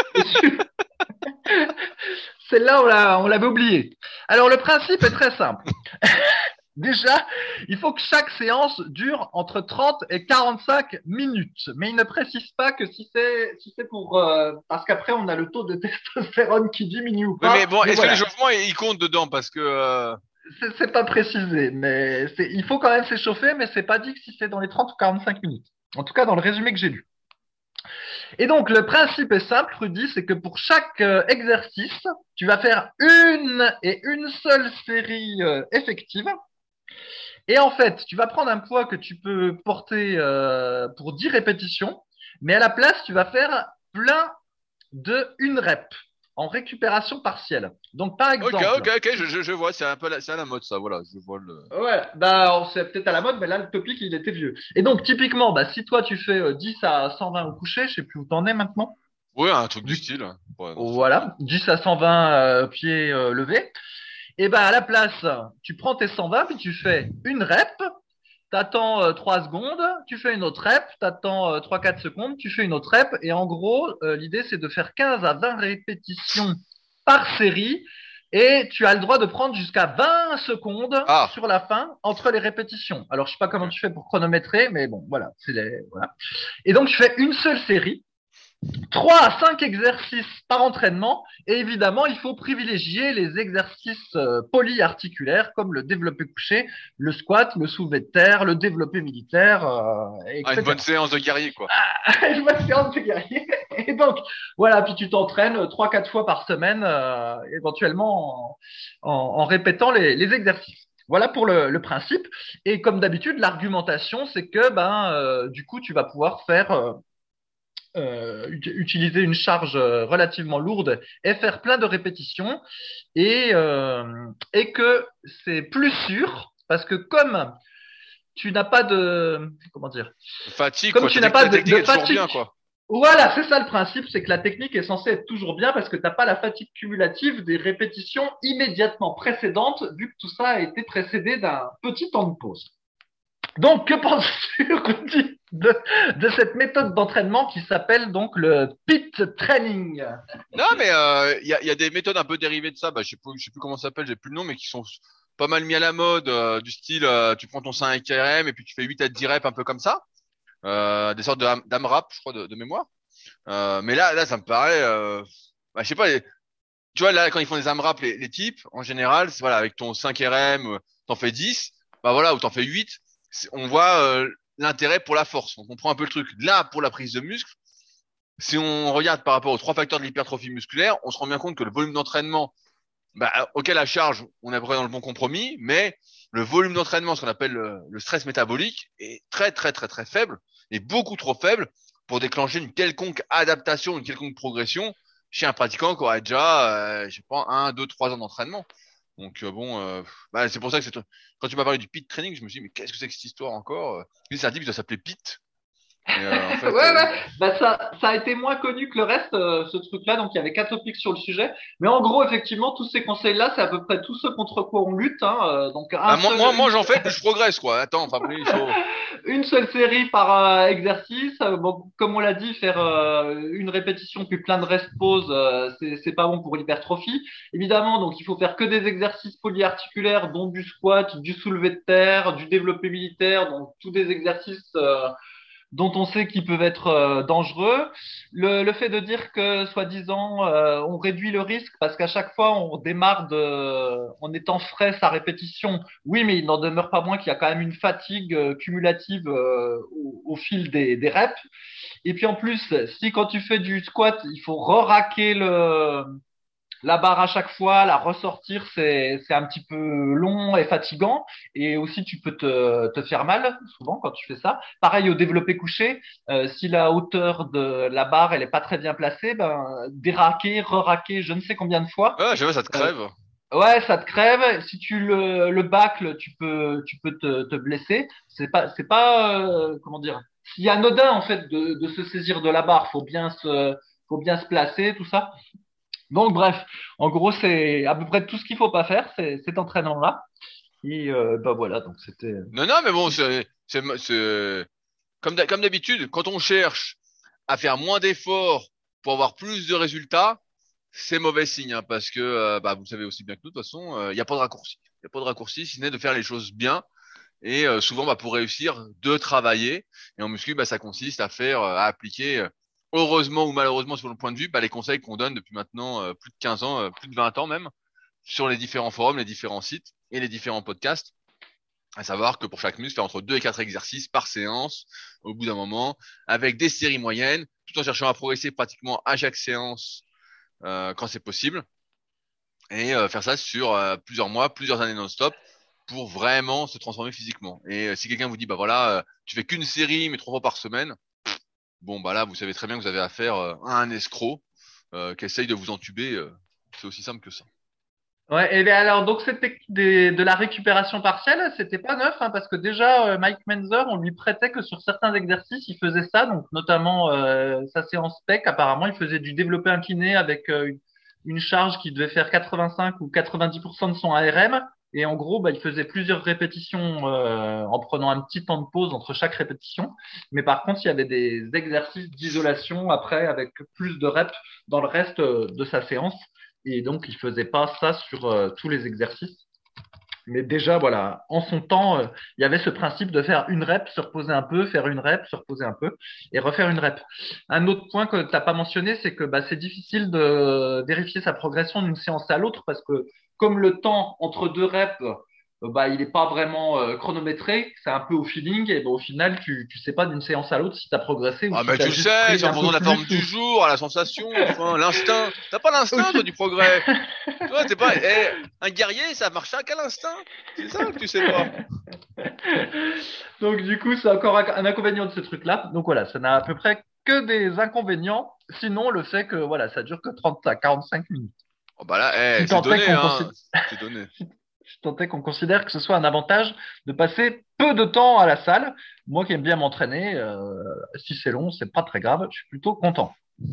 S2: Celle-là, on, l'a, on l'avait oublié. Alors le principe est très simple. Déjà, il faut que chaque séance dure entre trente et quarante-cinq minutes. Mais il ne précise pas que si c'est, si c'est pour... Euh, parce qu'après, on a le taux de testostérone qui diminue ou
S1: Oui,
S2: pas.
S1: mais bon,
S2: Mais
S1: est-ce
S2: voilà.
S1: que l'échauffement il il compte dedans? Parce que euh,
S2: C'est, c'est pas précisé, mais c'est, il faut quand même s'échauffer, mais c'est pas dit que si c'est dans les trente ou quarante-cinq minutes. En tout cas, dans le résumé que j'ai lu. Et donc, le principe est simple, Rudy, c'est que pour chaque euh, exercice, tu vas faire une et une seule série euh, effective. Et en fait, tu vas prendre un poids que tu peux porter euh, pour dix répétitions, mais à la place, tu vas faire plein de une rep en récupération partielle. Donc, par
S1: ok,
S2: exemple,
S1: ok, ok, je, je, je vois, c'est un peu la, c'est à la mode ça, voilà, je vois le.
S2: ouais, bah, c'est peut-être à la mode, mais là, le topic, il était vieux. Et donc, typiquement, bah, si toi, tu fais euh, dix à cent vingt au coucher, je sais plus où t'en es maintenant.
S1: Ouais, un truc du
S2: Du-
S1: style. Ouais, dans ce sens-là.
S2: Voilà, dix à cent vingt euh, pieds euh, levés. Et ben à la place, tu prends tes cent vingt puis tu fais une rep, t'attends euh, trois secondes, tu fais une autre rep, t'attends euh, trois quatre secondes, tu fais une autre rep. Et en gros, euh, l'idée c'est de faire quinze à vingt répétitions par série. Et tu as le droit de prendre jusqu'à vingt secondes
S1: Ah,
S2: sur la fin entre les répétitions. Alors, je sais pas comment
S1: ok.
S2: tu fais pour chronométrer, mais bon, voilà, c'est les, voilà. Et donc, tu fais une seule série trois à cinq exercices par entraînement. Et évidemment, il faut privilégier les exercices euh, polyarticulaires comme le développé couché, le squat, le soulevé de terre, le développé militaire, euh,
S1: Ah, une bonne
S2: et cetera.
S1: séance de guerrier, quoi.
S2: Je me séance de guerrier. Et donc, voilà, puis tu t'entraînes trois, quatre fois par semaine, euh, éventuellement en, en, en répétant les, les exercices. Voilà pour le, le principe. Et comme d'habitude, l'argumentation, c'est que ben, euh, du coup, tu vas pouvoir faire euh, euh, utiliser une charge euh, relativement lourde et faire plein de répétitions et, euh, et que c'est plus sûr parce que comme tu n'as pas de comment dire
S1: Fatigue,
S2: comme
S1: quoi.
S2: tu
S1: Ta,
S2: n'as
S1: tec-
S2: pas
S1: ta
S2: de,
S1: technique
S2: de
S1: est toujours
S2: fatigue.
S1: bien, quoi.
S2: Voilà, c'est ça le principe, c'est que la technique est censée être toujours bien parce que tu n'as pas la fatigue cumulative des répétitions immédiatement précédentes, vu que tout ça a été précédé d'un petit temps de pause. Donc, que penses-tu, Rudy, de, de cette méthode d'entraînement qui s'appelle donc le pit training?
S1: Non, mais euh, il y, a, il y a des méthodes un peu dérivées de ça. Bah, je sais plus, je sais plus comment ça s'appelle, j'ai plus le nom, mais qui sont pas mal mis à la mode, euh, du style, euh, tu prends ton cinq R M et puis tu fais huit à dix reps, un peu comme ça. Euh, des sortes de ham- d'AMRAP, je crois, de, de mémoire. Euh, mais là, là, ça me paraît, euh, bah, je sais pas, les- tu vois, là, quand ils font des AMRAP, les, les types, en général, c'est, voilà, avec ton cinq R M, euh, t'en fais dix, bah voilà, ou t'en fais huit, c'est- on voit euh, l'intérêt pour la force. On comprend un peu le truc. Là, pour la prise de muscle, si on regarde par rapport aux trois facteurs de l'hypertrophie musculaire, on se rend bien compte que le volume d'entraînement, bah, ok, la charge, on est à peu près dans le bon compromis, mais le volume d'entraînement, ce qu'on appelle le, le stress métabolique, est très, très, très, très faible, et beaucoup trop faible pour déclencher une quelconque adaptation, une quelconque progression chez un pratiquant qui aurait déjà, euh, je sais pas, un, deux, trois ans d'entraînement. Donc euh, bon, euh, bah, c'est pour ça que c'est quand tu m'as parlé du pit training, je me suis dit mais qu'est-ce que c'est que cette histoire encore? Puis c'est un type qui doit s'appeler Pete, et euh, en
S2: Ouais,
S1: fait, euh,
S2: ouais, bah ça, ça a été moins connu que le reste, euh, ce truc-là, donc il y avait quatre topics sur le sujet. Mais en gros, effectivement, tous ces conseils-là, c'est à peu près tout ce contre quoi on lutte, hein, euh, donc un
S1: bah, moi, moi,
S2: seul, une
S1: moi j'en fais, plus je progresse quoi. Attends, enfin après il faut.
S2: une seule série par euh, exercice. Euh, Bon, comme on l'a dit, faire euh, une répétition puis plein de rest pause, euh, c'est c'est pas bon pour l'hypertrophie. Évidemment, donc il faut faire que des exercices polyarticulaires, dont du squat, du soulevé de terre, du développé militaire, donc tous des exercices euh, dont on sait qu'ils peuvent être euh, dangereux. Le, le fait de dire que, soi-disant, euh, on réduit le risque parce qu'à chaque fois, on démarre de, en étant frais sa répétition. Oui, mais il n'en demeure pas moins qu'il y a quand même une fatigue euh, cumulative euh, au, au fil des, des reps. Et puis en plus, si quand tu fais du squat, il faut re-raquer le, la barre à chaque fois, la ressortir, c'est c'est un petit peu long et fatigant. Et aussi, tu peux te, te faire mal souvent quand tu fais ça. Pareil au développé couché, euh, si la hauteur de la barre elle est pas très bien placée, ben déraquer, re-raquer, je ne sais combien de fois.
S1: Ah, je sais pas, ça te
S2: Euh,
S1: crève.
S2: ouais, ça te crève. Si tu le, le bâcles, tu peux tu peux te, te blesser. C'est pas c'est pas euh, comment dire. S'il y a anodin en fait de, de se saisir de la barre, faut bien se faut bien se placer, tout ça. Donc bref, en gros, c'est à peu près tout ce qu'il faut pas faire, c'est cet entraînement-là. Et euh, bah voilà, donc c'était.
S1: Non, non, mais bon, c'est, c'est, c'est, comme d'ha- comme d'habitude, quand on cherche à faire moins d'efforts pour avoir plus de résultats, c'est mauvais signe, hein, parce que, euh, bah, vous le savez aussi bien que nous, de toute façon, il n'y a pas de raccourci. Il n'y a pas de raccourci, si ce n'est de faire les choses bien. Et euh, souvent, bah, pour réussir, de travailler. Et en muscu, bah, ça consiste à faire, euh, à appliquer, euh, heureusement ou malheureusement, sur le point de vue, bah, les conseils qu'on donne depuis maintenant euh, plus de quinze ans, euh, plus de vingt ans même, sur les différents forums, les différents sites et les différents podcasts. À savoir que pour chaque muscle, faire entre deux et quatre exercices par séance, au bout d'un moment, avec des séries moyennes, tout en cherchant à progresser pratiquement à chaque séance euh, quand c'est possible, et euh, faire ça sur euh, plusieurs mois, plusieurs années non-stop, pour vraiment se transformer physiquement. Et euh, si quelqu'un vous dit, bah voilà, euh, tu fais qu'une série, mais trois fois par semaine, bon, bah là, vous savez très bien que vous avez affaire euh, à un escroc euh, qui essaye de vous entuber. Euh, c'est aussi simple que ça.
S2: Ouais, et bien alors, donc c'était des, de la récupération partielle, c'était pas neuf, hein, parce que déjà, euh, Mike Menzer, on lui prêtait que sur certains exercices, il faisait ça, donc notamment euh, sa séance spec, apparemment, il faisait du développé incliné avec euh, une, une charge qui devait faire quatre-vingt-cinq ou quatre-vingt-dix pour cent de son A R M, et en gros, bah, il faisait plusieurs répétitions euh, en prenant un petit temps de pause entre chaque répétition, mais par contre, il y avait des exercices d'isolation après avec plus de reps dans le reste euh, de sa séance. Et donc, il faisait pas ça sur euh, tous les exercices. Mais déjà, voilà, en son temps, euh, il y avait ce principe de faire une rep, se reposer un peu, faire une rep, se reposer un peu et refaire une rep. Un autre point que tu n'as pas mentionné, c'est que bah, c'est difficile de vérifier sa progression d'une séance à l'autre parce que comme le temps entre deux reps, euh, bah, il n'est pas vraiment euh, chronométré, c'est un peu au feeling et bah, au final, tu ne sais pas d'une séance à l'autre si tu as progressé ou
S1: Ah,
S2: si
S1: mais
S2: tu
S1: tu
S2: as
S1: le
S2: juste
S1: sais,
S2: pris
S1: c'est en
S2: un
S1: fonction
S2: peu
S1: de la forme
S2: plus
S1: du
S2: ou
S1: jour, à la sensation, enfin, l'instinct. T'as pas l'instinct, toi,
S2: aussi.
S1: du progrès. Toi, t'es pas, eh, un guerrier, ça marche à quel instinct? C'est ça que tu sais pas.
S2: Donc du coup, c'est encore un, un inconvénient de ce truc-là. Donc voilà, ça n'a à peu près que des inconvénients. Sinon, le fait que voilà, ça dure que trente à quarante-cinq minutes.
S1: Oh, bah là, eh,
S2: Si
S1: c'est
S2: tant est
S1: donné,
S2: qu'on
S1: hein.
S2: considère,
S1: C'est donné.
S2: si tant est qu'on considère que ce soit un avantage de passer peu de temps à la salle. Moi qui aime bien m'entraîner, euh, si c'est long, c'est pas très grave. Je suis plutôt content.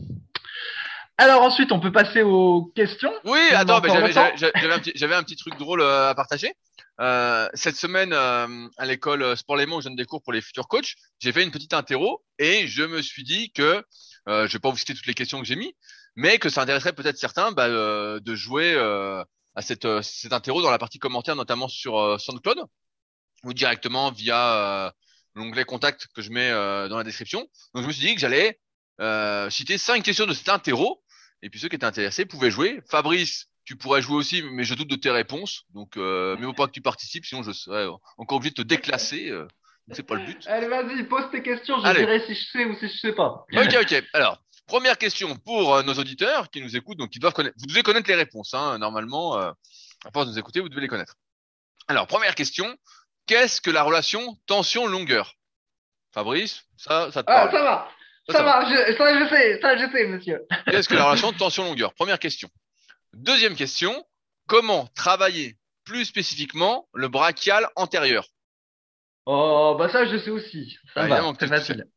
S2: Alors ensuite, on peut passer aux questions,
S1: Oui,
S2: si on a
S1: attends, mais
S2: encore le
S1: j'avais,
S2: temps.
S1: j'avais, j'avais un petit, j'avais un petit truc drôle euh, à partager. Euh, cette semaine, euh, à l'école euh, Sport Léman, où je donne des cours pour les futurs coachs, j'ai fait une petite interro et je me suis dit que, euh, je vais pas vous citer toutes les questions que j'ai mis, mais que ça intéresserait peut-être certains bah, euh, de jouer euh, à cette, euh, cette interro dans la partie commentaire, notamment sur euh, SoundCloud ou directement via euh, l'onglet contact que je mets euh, dans la description. Donc je me suis dit que j'allais euh, citer cinq questions de cet interro et puis ceux qui étaient intéressés pouvaient jouer. Fabrice, tu pourrais jouer aussi, mais je doute de tes réponses. Donc euh, mais faut pas que tu participes, sinon je serais encore obligé de te déclasser. Euh, donc c'est pas le but.
S2: Allez, vas-y, pose tes questions, je
S1: Allez,
S2: dirai si je sais ou si je sais pas.
S1: ok, ok. Alors première question pour euh, nos auditeurs qui nous écoutent, donc qui doivent connaître. Vous devez connaître les réponses, hein, normalement. Euh, à force de nous écouter, vous devez les connaître. Alors première question. Qu'est-ce que la relation tension-longueur? Fabrice, ça, ça te
S2: Ah,
S1: parle.
S2: ça va,
S1: Ça,
S2: ça
S1: ça va.
S2: va, je, ça je sais, ça je sais, monsieur.
S1: Qu'est-ce que la relation tension-longueur? Première question. Deuxième question. Comment travailler plus spécifiquement le brachial antérieur?
S2: Oh, bah ça je sais aussi, ça
S1: Bah,
S2: va,
S1: évidemment que
S2: c'est
S1: tu, tu sais.
S2: facile.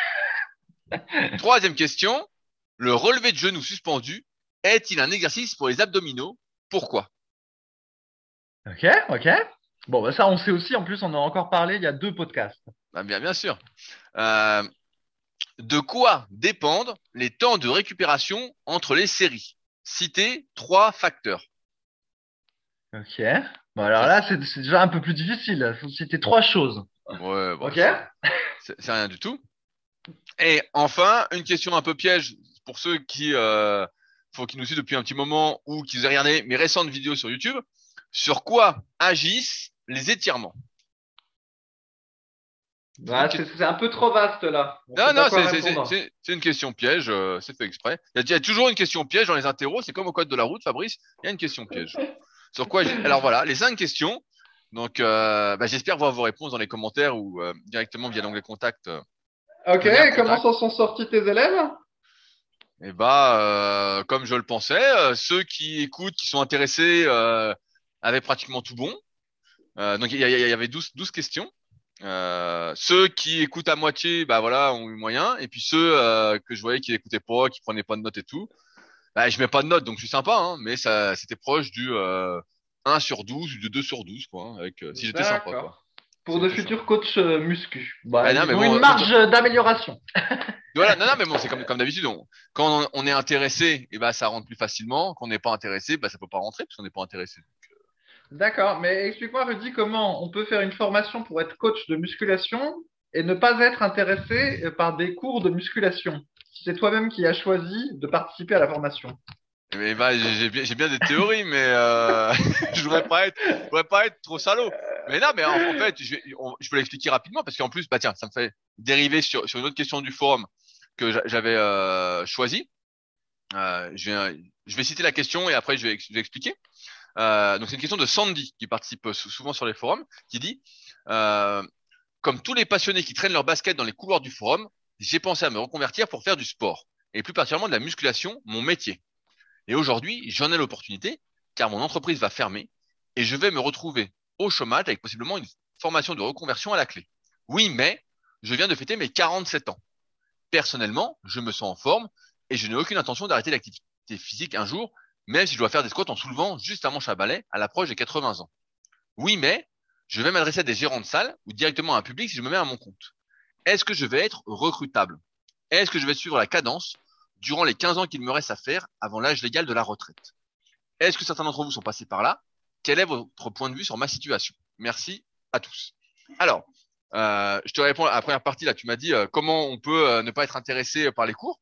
S1: Troisième question. Le relevé de genoux suspendu est-il un exercice pour les abdominaux? Pourquoi?
S2: Ok, ok. Bon, bah ça on sait aussi, en plus on en a encore parlé il y a deux podcasts.
S1: Bah, bien, bien sûr. Euh, de quoi dépendent les temps de récupération entre les séries? Citez trois facteurs.
S2: Ok. Bon alors
S1: Ça,
S2: là c'est c'est déjà un peu plus difficile, il faut citer trois choses.
S1: ouais, bon,
S2: Ok?
S1: c'est c'est- c'est rien du tout. Et enfin, une question un peu piège pour ceux qui, euh, faut qu'ils nous suivent depuis un petit moment ou qui aient regardé mes récentes vidéos sur YouTube. Sur quoi agissent les étirements? C'est une
S2: Bah,
S1: que-
S2: c'est c'est un peu trop vaste là, on
S1: Non,
S2: sait pas
S1: non,
S2: quoi
S1: c'est c'est- c'est-
S2: répondre.
S1: c'est- c'est une question piège, euh, c'est fait exprès. Il y, a, il y a toujours une question piège dans les interros, c'est comme au code de la route, Fabrice, il y a une question piège. Sur quoi agissent- Alors voilà, les cinq questions. Donc, euh, bah, j'espère voir vos réponses dans les commentaires ou euh, directement via l'onglet contact, euh,
S2: Ok,
S1: lien
S2: comment
S1: contact.
S2: s'en sont sortis tes élèves?
S1: Et bah, euh, comme je le pensais, euh, ceux qui écoutent, qui sont intéressés, euh, avaient pratiquement tout bon. Euh, donc il y, a- il y avait douze, douze questions. Euh, ceux qui écoutent à moitié, bah voilà, ont eu moyen. Et puis ceux euh, que je voyais qui n'écoutaient pas, qui prenaient pas de notes et tout, bah je mets pas de notes, donc je suis sympa, hein, mais ça, c'était proche du euh, un sur douze ou du deux sur douze, quoi, hein, avec, euh, si j'étais sympa, quoi.
S2: D'accord. Pour
S1: Si
S2: de
S1: j'étais sympa.
S2: futurs coachs euh, muscu. Bah,
S1: Bah non, mais
S2: ils ont une
S1: bon, donc,
S2: marge d'amélioration.
S1: voilà, non, non, mais bon, c'est comme, comme d'habitude. on- quand on, on est intéressé, et bah ça rentre plus facilement. Quand on n'est pas intéressé, bah ça peut pas rentrer parce qu'on n'est pas intéressé.
S2: D'accord, mais explique-moi, Rudy, comment on peut faire une formation pour être coach de musculation et ne pas être intéressé euh, par des cours de musculation, si c'est toi-même qui as choisi de participer à la formation.
S1: Mais bah, j'ai j'ai bien, j'ai bien des théories, mais euh, je voudrais pas être, je voudrais pas être trop salaud. Mais non, mais en, en fait, je, vais- on- je peux l'expliquer rapidement parce qu'en plus, bah tiens, ça me fait dériver sur, sur une autre question du forum que j'a- j'avais euh, choisi. Euh, je vais, je vais citer la question et après je vais, ex- je vais expliquer. Euh, donc c'est une question de Sandy qui participe sou- souvent sur les forums, qui dit euh, comme tous les passionnés qui traînent leur basket dans les couloirs du forum, j'ai pensé à me reconvertir pour faire du sport et plus particulièrement de la musculation, mon métier. Et aujourd'hui, j'en ai l'opportunité car mon entreprise va fermer et je vais me retrouver au chômage avec possiblement une formation de reconversion à la clé. Oui, mais je viens de fêter mes quarante-sept ans. Personnellement, je me sens en forme et je n'ai aucune intention d'arrêter l'activité physique un jour, même si je dois faire des squats en soulevant juste un manche à balai à l'approche des quatre-vingts ans. Oui, mais je vais m'adresser à des gérants de salle ou directement à un public si je me mets à mon compte. Est-ce que je vais être recrutable? Est-ce que je vais suivre la cadence durant les quinze ans qu'il me reste à faire avant l'âge légal de la retraite? Est-ce que certains d'entre vous sont passés par là? Quel est votre point de vue sur ma situation? Merci à tous. Alors, euh, je te réponds à la première partie. Là, tu m'as dit euh, comment on peut euh, ne pas être intéressé par les cours.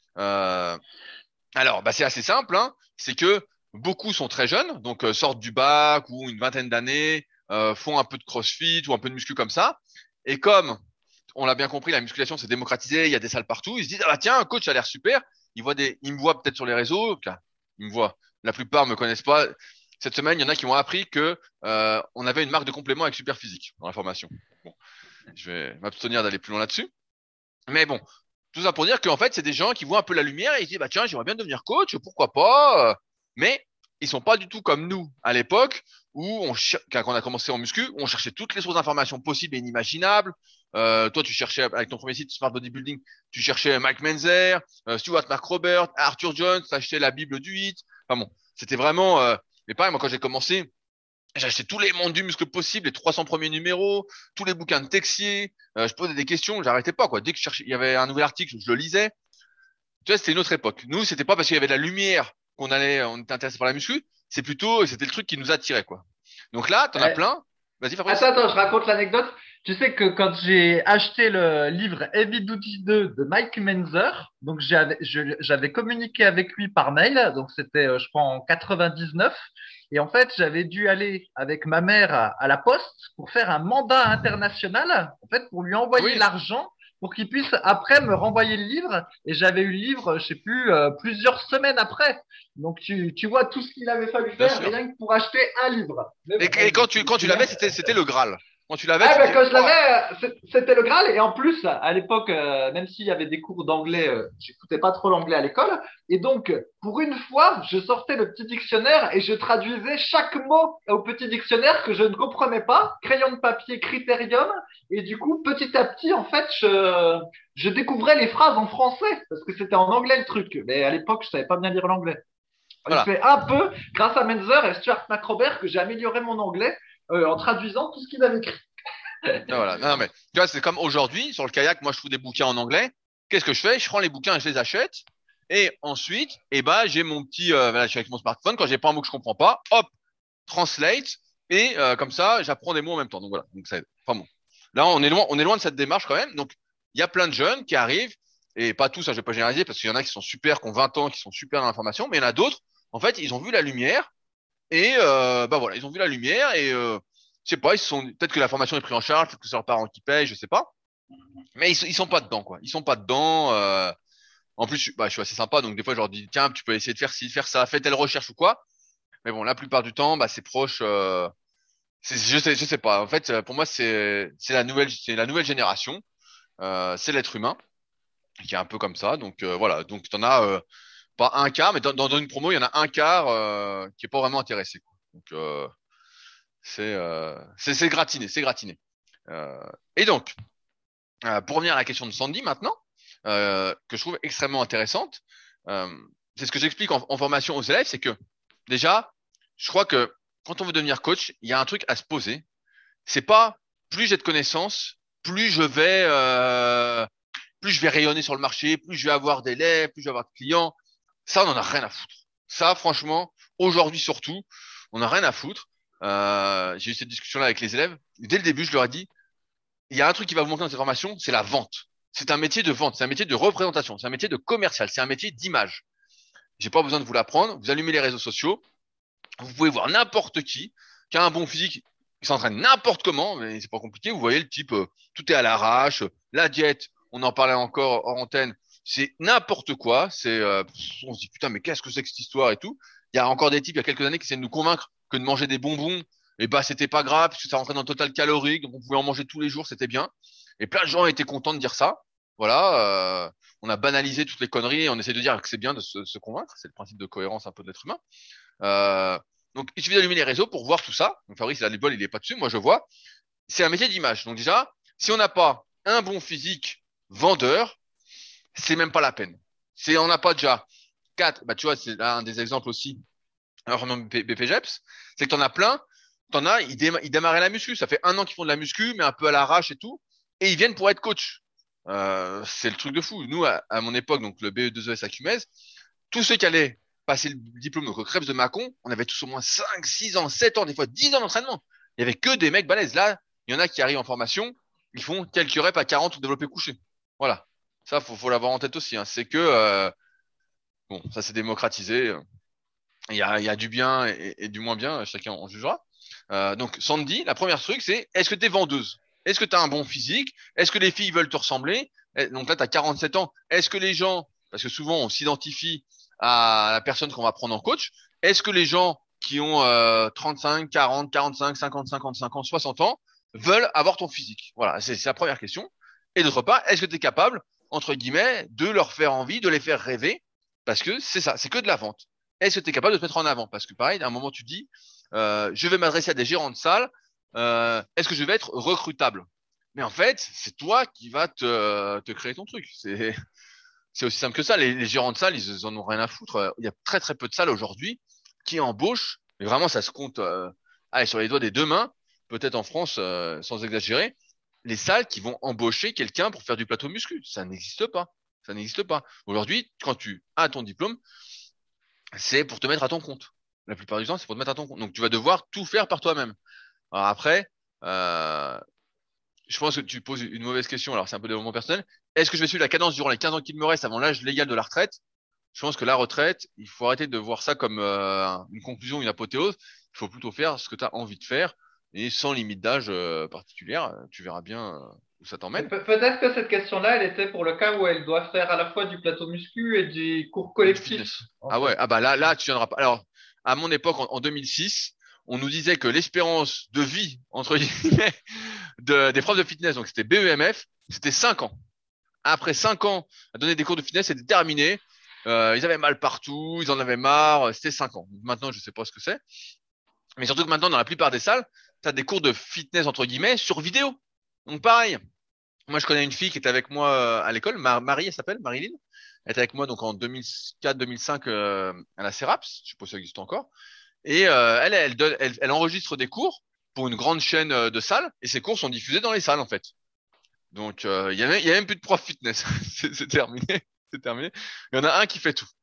S1: Euh, alors, bah, c'est assez simple. Hein. C'est que beaucoup sont très jeunes, donc euh, sortent du bac ou une vingtaine d'années, euh, font un peu de crossfit ou un peu de muscu comme ça. Et comme on l'a bien compris, la musculation s'est démocratisée, il y a des salles partout. Ils se disent, ah bah tiens, un coach a l'air super. Ils voient des, ils me voient peut-être sur les réseaux. Ils me voient. La plupart me connaissent pas. Cette semaine, il y en a qui m'ont appris que euh, on avait une marque de complément avec Superphysique dans la formation. Bon, je vais m'abstenir d'aller plus loin là-dessus. Mais bon, tout ça pour dire qu'en fait, c'est des gens qui voient un peu la lumière et ils se disent, bah tiens, j'aimerais bien devenir coach, pourquoi pas. Mais ils sont pas du tout comme nous à l'époque où on quand on a commencé en muscu, on cherchait toutes les sources d'informations possibles et inimaginables. Euh, toi, tu cherchais avec ton premier site Smart Bodybuilding, tu cherchais Mike Menzer, euh, Stuart McRobert, Arthur Jones, tu achetais la Bible du H I I T. Enfin bon, c'était vraiment. Euh... Mais pareil, moi quand j'ai commencé, j'ai acheté tous les mondes du muscle possibles, les trois cents premiers numéros, tous les bouquins de Texier. Euh, je posais des questions, j'arrêtais pas quoi. Dès que je cherchais, il y avait un nouvel article, je le lisais. Tu vois, c'était une autre époque. Nous, c'était pas parce qu'il y avait de la lumière qu'on allait, on était intéressé par la muscu. C'est plutôt, c'était le truc qui nous attirait quoi. Donc là, t'en as
S2: Ouais.
S1: plein. Vas-y, Fabrice.
S2: Attends, attends, je raconte l'anecdote. Tu sais que quand j'ai acheté le livre Heavy Duty deux de Mike Menzer, donc j'avais, je- j'avais communiqué avec lui par mail, donc c'était, euh, je crois, en quatre-vingt-dix-neuf. Et en fait, j'avais dû aller avec ma mère à, à la poste pour faire un mandat international, en fait, pour lui envoyer
S1: Oui,
S2: l'argent pour qu'il puisse après me renvoyer le livre. Et j'avais eu le livre, je sais plus, euh, plusieurs semaines après. Donc tu, tu vois tout ce qu'il avait fallu
S1: bien
S2: faire
S1: sûr.
S2: rien que pour acheter un livre. Mais
S1: Et,
S2: bon,
S1: et quand
S2: vas-y,
S1: tu,
S2: tu,
S1: quand tu
S2: tu
S1: l'avais,
S2: viens.
S1: c'était, c'était le Graal. Quand tu l'avais,
S2: Ah
S1: tu
S2: ben
S1: disais,
S2: quand je
S1: ouah,
S2: l'avais, euh, c'est- c'était le Graal. Et en plus, à l'époque, euh, même s'il y avait des cours d'anglais, euh, j'écoutais pas trop l'anglais à l'école. Et donc, pour une fois, je sortais le petit dictionnaire et je traduisais chaque mot au petit dictionnaire que je ne comprenais pas, crayon de papier, critérium. Et du coup, petit à petit, en fait, je, je découvrais les phrases en français parce que c'était en anglais le truc. Mais à l'époque, je savais pas bien lire l'anglais. Et
S1: voilà.
S2: c'est un peu grâce à Menzer et Stuart McRobert que j'ai amélioré mon anglais euh, en traduisant tout ce qu'ils avaient écrit.
S1: Ah, voilà. Non, non, mais tu vois, c'est comme aujourd'hui, sur le kayak, moi, je trouve des bouquins en anglais. Qu'est-ce que je fais? Je prends les bouquins et je les achète. Et ensuite, eh ben, j'ai mon petit, euh, voilà, je suis avec mon smartphone. Quand j'ai pas un mot que je comprends pas, hop, translate. Et euh, comme ça, j'apprends des mots en même temps. Donc voilà. Donc ça aide. Enfin bon. Là, on est loin, on est loin de cette démarche quand même. Donc, il y a plein de jeunes qui arrivent, et pas tous, hein, je vais pas généraliser, parce qu'il y en a qui sont super, qui ont vingt ans, qui sont super dans l'information, mais il y en a d'autres, en fait, ils ont vu la lumière, et euh, bah voilà, ils ont vu la lumière, et euh, je sais pas, ils se sont, peut-être que la formation est prise en charge, peut-être que c'est leurs parents qui payent, je sais pas, mais ils, ils sont pas dedans, quoi. Ils sont pas dedans. Euh... En plus, je- bah, je suis assez sympa, donc des fois, je leur dis, tiens, tu peux essayer de faire ci, faire ça, fais telle recherche ou quoi. Mais bon, la plupart du temps, bah, c'est proche. Euh... c'est- Je sais, je sais pas. En fait, euh, pour moi, c'est c'est la nouvelle, c'est la nouvelle génération. Euh, c'est l'être humain qui est un peu comme ça. Donc euh, voilà. Donc t'en as euh, pas un quart, mais dans, dans une promo, il y en a un quart euh, qui est pas vraiment intéressé, quoi. Donc euh, c'est euh, c'est c'est gratiné, c'est gratiné. Euh, et donc, euh, pour revenir à la question de Sandy maintenant, euh, que je trouve extrêmement intéressante, euh, c'est ce que j'explique en, en formation aux élèves, c'est que déjà, je crois que quand on veut devenir coach, il y a un truc à se poser. C'est pas plus j'ai de connaissances, plus je vais euh, plus je vais rayonner sur le marché, plus je vais avoir d'élèves, plus je vais avoir de clients. Ça, on en a rien à foutre. Ça, franchement, aujourd'hui surtout, on n'a rien à foutre. Euh, j'ai eu cette discussion-là avec les élèves. Dès le début, je leur ai dit, il y a un truc qui va vous manquer dans cette formation, c'est la vente. C'est un métier de vente, c'est un métier de représentation, c'est un métier de commercial, c'est un métier d'image. J'ai pas besoin de vous l'apprendre. Vous allumez les réseaux sociaux, vous pouvez voir n'importe qui qui a un bon physique, qui s'entraîne n'importe comment, mais c'est pas compliqué. Vous voyez le type, euh, tout est à l'arrache, la diète, on en parlait encore hors antenne, c'est n'importe quoi. C'est, euh, on se dit putain, mais qu'est-ce que c'est que cette histoire et tout. Il y a encore des types il y a quelques années qui essaient de nous convaincre que de manger des bonbons, et bah c'était pas grave parce que ça rentrait dans le total calorique, donc on pouvait en manger tous les jours, c'était bien. Et plein de gens étaient contents de dire ça. Voilà, euh, on a banalisé toutes les conneries et on essaie de dire que c'est bien de se, se convaincre. C'est le principe de cohérence un peu de l'être humain. Euh, Donc, il suffit d'allumer les réseaux pour voir tout ça. Donc, Fabrice, là, les bols, il est pas dessus. Moi, je vois. C'est un métier d'image. Donc, déjà, si on n'a pas un bon physique vendeur, c'est même pas la peine. C'est, on n'a pas déjà quatre. Bah, tu vois, c'est là un des exemples aussi. Alors, non, B P G E P S, c'est que t'en as plein. T'en as, ils, déma- ils démarraient la muscu. Ça fait un an qu'ils font de la muscu, mais un peu à l'arrache et tout. Et ils viennent pour être coach. Euh, c'est le truc de fou. Nous, à, à mon époque, donc le B E deux E S à Cumez, tous ceux qui allaient passer le diplôme, donc au Krebs de Mâcon, on avait tous au moins cinq, six ans, sept ans, des fois dix ans d'entraînement. Il y avait que des mecs balèzes. Là, il y en a qui arrivent en formation, ils font quelques reps à quarante ou développé couché. Voilà. Ça, faut, faut l'avoir en tête aussi, hein. C'est que, euh, bon, ça s'est démocratisé. Il y a, il y a du bien et, et du moins bien, chacun en jugera. Euh, donc, Sandy, la première truc, c'est est-ce que tu es vendeuse? Est-ce que tu as un bon physique? Est-ce que les filles veulent te ressembler? Et donc là, tu as quarante-sept ans. Est-ce que les gens, parce que souvent on s'identifie à la personne qu'on va prendre en coach, est-ce que les gens qui ont euh, trente-cinq, quarante, quarante-cinq, cinquante, cinquante-cinq ans, soixante ans veulent avoir ton physique? Voilà, c'est c'est la première question. Et d'autre part, est-ce que tu es capable, entre guillemets, de leur faire envie, de les faire rêver? Parce que c'est ça, c'est que de la vente. Est-ce que tu es capable de te mettre en avant? Parce que pareil, à un moment, tu dis, euh, je vais m'adresser à des gérants de salle, euh, est-ce que je vais être recrutable? Mais en fait, c'est toi qui vas te, te créer ton truc. C'est, c'est aussi simple que ça. Les, les gérants de salle, ils en ont rien à foutre. Il y a très très peu de salles aujourd'hui qui embauchent, mais vraiment, ça se compte euh, allez, sur les doigts des deux mains, peut-être en France, euh, sans exagérer, les salles qui vont embaucher quelqu'un pour faire du plateau muscu. Ça n'existe pas. Ça n'existe pas. Aujourd'hui, quand tu as ton diplôme, c'est pour te mettre à ton compte. La plupart du temps, c'est pour te mettre à ton compte. Donc, tu vas devoir tout faire par toi-même. Alors après, euh, je pense que tu poses une mauvaise question. Alors, c'est un peu développement personnel. Est-ce que je vais suivre la cadence durant les quinze ans qu'il me reste avant l'âge légal de la retraite? Je pense que la retraite, il faut arrêter de voir ça comme euh, une conclusion, une apothéose. Il faut plutôt faire ce que tu as envie de faire et sans limite d'âge euh, particulière. Tu verras bien euh, où ça
S2: Mais
S1: t'emmène.
S2: pe- peut-être que cette question-là, elle était pour le cas où elle doit faire à la fois du plateau muscu et des cours
S1: Et du
S2: collectifs,
S1: fitness.
S2: en
S1: Ah ouais,
S2: fait.
S1: ah bah là, là, tu viendras pas. Alors, à mon époque, en, en deux mille six, on nous disait que l'espérance de vie, entre guillemets, de, des profs de fitness, donc c'était B E M F, c'était cinq ans. Après cinq ans à donner des cours de fitness, c'était terminé. Euh, ils avaient mal partout, ils en avaient marre, c'était cinq ans. Maintenant, je sais pas ce que c'est. Mais surtout que maintenant, dans la plupart des salles, tu as des cours de fitness, entre guillemets, sur vidéo. Donc pareil, moi je connais une fille qui était avec moi euh, à l'école, Mar- Marie, elle s'appelle, Marilyn. Elle était avec moi donc en deux mille quatre deux mille cinq euh, à la Ceraps, je sais pas si ça existe encore. Et euh, elle, elle, donne, elle, elle enregistre des cours pour une grande chaîne euh, de salles, et ces cours sont diffusés dans les salles en fait. Donc euh, il y a même, il y a même plus de prof fitness, c'est c'est terminé, c'est terminé. Il y en a un qui fait tout.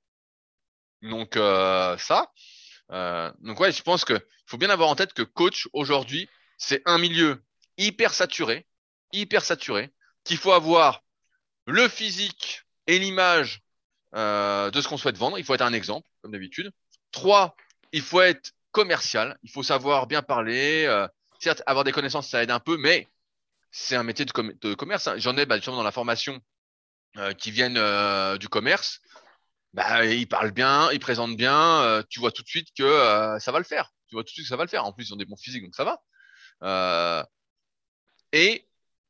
S1: Donc euh, ça, euh, donc ouais, je pense que faut bien avoir en tête que coach aujourd'hui, c'est un milieu hyper saturé, hyper saturé, qu'il faut avoir le physique et l'image euh, de ce qu'on souhaite vendre. Il faut être un exemple, comme d'habitude. Trois, il faut être commercial. Il faut savoir bien parler. Euh, certes, avoir des connaissances, ça aide un peu, mais c'est un métier de, com- de commerce, hein. J'en ai bah, justement dans la formation euh, qui viennent euh, du commerce. Bah, ils parlent bien, ils présentent bien. Euh, tu vois tout de suite que euh, ça va le faire. Tu vois tout de suite que ça va le faire. En plus, ils ont des bons physiques, donc ça va. Euh, et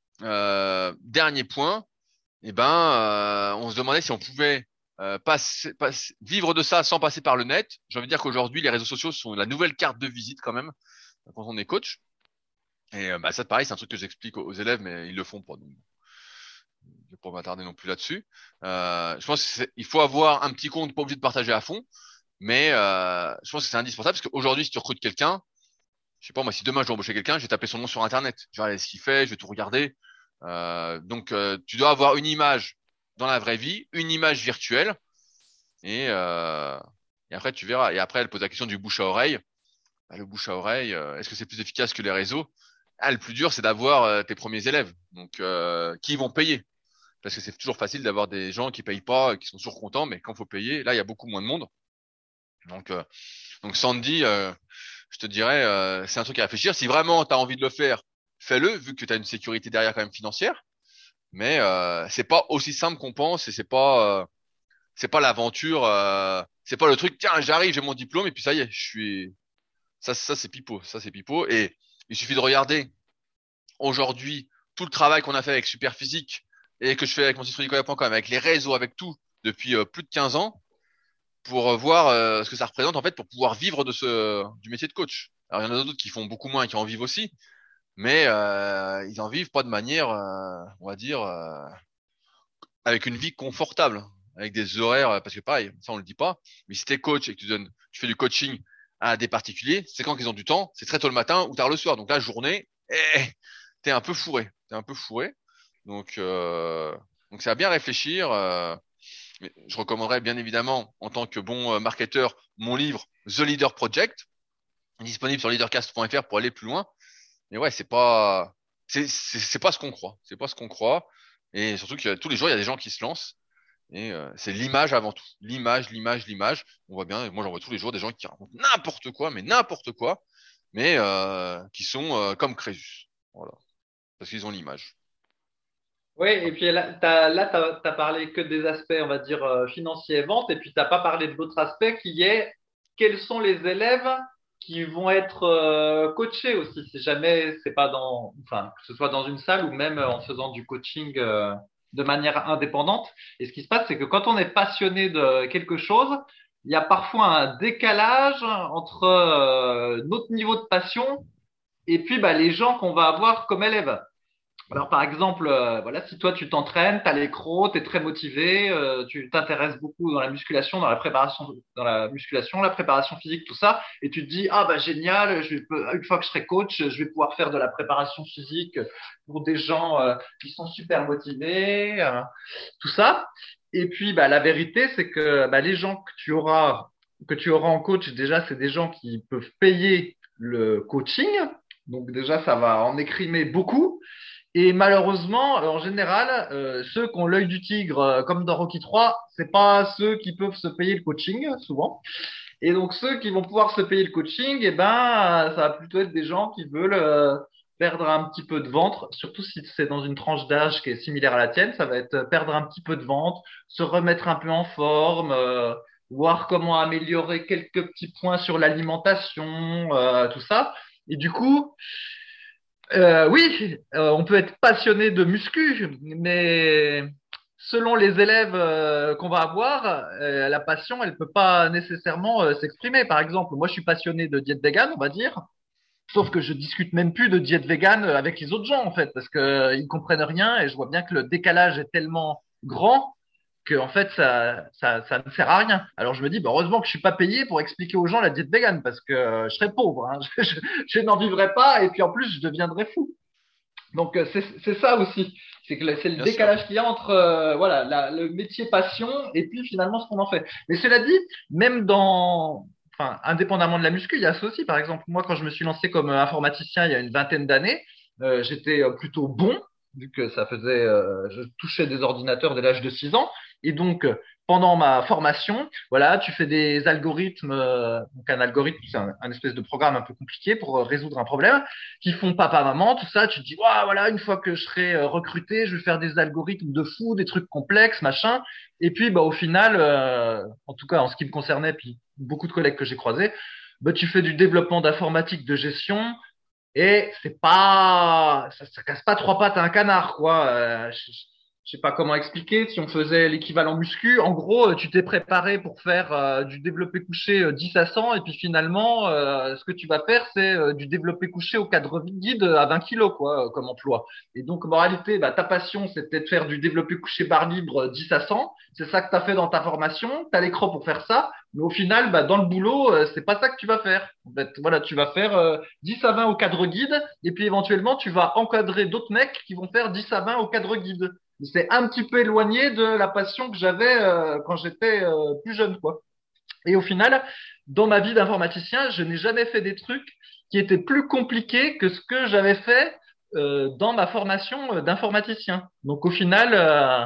S1: euh, dernier point, eh ben, euh, on se demandait si on pouvait euh, passer, passer- vivre de ça sans passer par le net. J'ai envie de dire qu'aujourd'hui, les réseaux sociaux sont la nouvelle carte de visite quand même quand on est coach. Et euh, bah, ça, pareil, c'est un truc que j'explique aux, aux élèves, mais ils le font pas. Donc, je vais pas m'attarder non plus là-dessus. Euh, je pense qu'il faut avoir un petit compte, pas obligé de partager à fond, mais euh, je pense que c'est indispensable parce qu'aujourd'hui, si tu recrutes quelqu'un, je sais pas moi, si demain je dois embaucher quelqu'un, je vais taper son nom sur Internet. Je vais regarder ce qu'il fait, je vais tout regarder. Euh, donc, euh, tu dois avoir une image dans la vraie vie, une image virtuelle, et, euh, et après tu verras. Et après, elle pose la question du bouche à oreille. Bah, le bouche à oreille, euh, est-ce que c'est plus efficace que les réseaux? Ah, le plus dur, c'est d'avoir euh, tes premiers élèves, donc euh, qui vont payer. Parce que c'est toujours facile d'avoir des gens qui payent pas, qui sont toujours contents, mais quand faut payer, là, il y a beaucoup moins de monde. Donc, euh, donc Sandy, euh, je te dirais, euh, c'est un truc à réfléchir. Si vraiment tu as envie de le faire, fais-le, vu que tu as une sécurité derrière quand même financière. Mais euh, c'est pas aussi simple qu'on pense et c'est pas, euh, c'est pas l'aventure, euh, c'est pas le truc. Tiens, j'arrive, j'ai mon diplôme et puis ça y est, je suis. Ça, ça c'est pipeau, ça c'est pipeau. Et il suffit de regarder aujourd'hui tout le travail qu'on a fait avec Superphysique et que je fais avec mon site nicolas point com, avec les réseaux, avec tout depuis euh, plus de quinze ans. pour voir euh, ce que ça représente en fait pour pouvoir vivre de ce du métier de coach. Alors il y en a d'autres qui font beaucoup moins et qui en vivent aussi, mais euh, ils en vivent pas de manière, euh, on va dire, euh, avec une vie confortable, avec des horaires, euh, parce que pareil, ça on le dit pas, mais si t'es coach et que tu donnes, tu fais du coaching à des particuliers, c'est quand qu'ils ont du temps, c'est très tôt le matin ou tard le soir. Donc la journée, eh, t'es un peu fourré, t'es un peu fourré. Donc euh, donc c'est à bien réfléchir. Euh, mais je recommanderais bien évidemment, en tant que bon euh, marketeur, mon livre The Leader Project, disponible sur leadercast point f r pour aller plus loin. Mais ouais, c'est pas, c'est, c'est, c'est pas ce qu'on croit. C'est pas ce qu'on croit. Et surtout que tous les jours, il y a des gens qui se lancent. Et euh, c'est l'image avant tout. L'image, l'image, l'image. On voit bien, moi j'en vois tous les jours des gens qui racontent n'importe quoi, mais n'importe quoi, mais euh, qui sont euh, comme Crésus. Voilà. Parce qu'ils ont l'image.
S2: Oui, et puis là, t'as, là, t'as, t'as parlé que des aspects, on va dire, euh, financiers et vente, et puis t'as pas parlé de l'autre aspect qui est quels sont les élèves qui vont être euh, coachés aussi, si jamais c'est pas dans, enfin, que ce soit dans une salle ou même en faisant du coaching euh, de manière indépendante. Et ce qui se passe, c'est que quand on est passionné de quelque chose, il y a parfois un décalage entre euh, notre niveau de passion et puis bah, les gens qu'on va avoir comme élèves. Alors, par exemple, euh, voilà, si toi tu t'entraînes, tu as les crocs, tu es très motivé, euh, tu t'intéresses beaucoup dans la musculation, dans la préparation, dans la musculation, la préparation physique, tout ça, et tu te dis, ah bah génial, je vais, une fois que je serai coach, je vais pouvoir faire de la préparation physique pour des gens euh, qui sont super motivés, euh, tout ça. Et puis, bah, la vérité, c'est que bah, les gens que tu auras, que tu auras en coach, déjà, c'est des gens qui peuvent payer le coaching. Donc déjà, ça va en écrimer beaucoup. Et malheureusement, en général, euh, ceux qui ont l'œil du tigre, euh, comme dans Rocky trois, c'est pas ceux qui peuvent se payer le coaching, souvent. Et donc, ceux qui vont pouvoir se payer le coaching, eh ben, ça va plutôt être des gens qui veulent euh, perdre un petit peu de ventre, surtout si c'est dans une tranche d'âge qui est similaire à la tienne, ça va être perdre un petit peu de ventre, se remettre un peu en forme, euh, voir comment améliorer quelques petits points sur l'alimentation, euh, tout ça. Et du coup, euh, oui, euh, on peut être passionné de muscu, mais selon les élèves euh, qu'on va avoir, euh, la passion, elle peut pas nécessairement euh, s'exprimer. Par exemple, moi, je suis passionné de diète végane, on va dire, sauf que je discute même plus de diète végane avec les autres gens, en fait, parce que euh, ils comprennent rien et je vois bien que le décalage est tellement grand que en fait ça, ça, ça ne sert à rien. Alors je me dis, bah, heureusement que je suis pas payé pour expliquer aux gens la diète végane parce que euh, je serais pauvre, hein. je, je, je n'en vivrais pas et puis en plus je deviendrais fou. Donc euh, c'est c'est ça aussi, c'est que c'est le
S1: Bien sûr.
S2: décalage qu'il y a entre euh, voilà la, le métier passion et puis finalement ce qu'on en fait. Mais cela dit, même dans enfin indépendamment de la muscu, il y a ça aussi. Par exemple, moi quand je me suis lancé comme euh, informaticien il y a une vingtaine d'années, euh, j'étais euh, plutôt bon vu que ça faisait euh, je touchais des ordinateurs dès l'âge de six ans et donc euh, pendant ma formation, voilà, tu fais des algorithmes, euh, donc un algorithme, c'est un, un espèce de programme un peu compliqué pour euh, résoudre un problème qui font papa, maman, tout ça. Tu te dis, oh, voilà, une fois que je serai euh, recruté, je vais faire des algorithmes de fou, des trucs complexes, machin. Et puis, bah, au final, euh, en tout cas, en ce qui me concernait, puis beaucoup de collègues que j'ai croisés, bah, tu fais du développement d'informatique de gestion et c'est pas, ça, ça casse pas trois pattes à un canard, quoi. Euh, je, je sais pas comment expliquer. Si on faisait l'équivalent muscu, en gros, euh, tu t'es préparé pour faire euh, du développé couché euh, dix à cent, et puis finalement, euh, ce que tu vas faire, c'est euh, du développé couché au cadre guide à vingt kilos, quoi, euh, comme emploi. Et donc, moralité, bah, ta passion, c'était de faire du développé couché barre libre euh, dix à cent. C'est ça que tu as fait dans ta formation. Tu as l'écran pour faire ça. Mais au final, bah, dans le boulot, euh, c'est pas ça que tu vas faire. En fait, voilà, tu vas faire euh, dix à vingt au cadre guide, et puis éventuellement, tu vas encadrer d'autres mecs qui vont faire dix à vingt au cadre guide. C'est un petit peu éloigné de la passion que j'avais euh, quand j'étais euh, plus jeune, quoi. Et au final, dans ma vie d'informaticien, je n'ai jamais fait des trucs qui étaient plus compliqués que ce que j'avais fait euh, dans ma formation euh, d'informaticien. Donc au final, euh,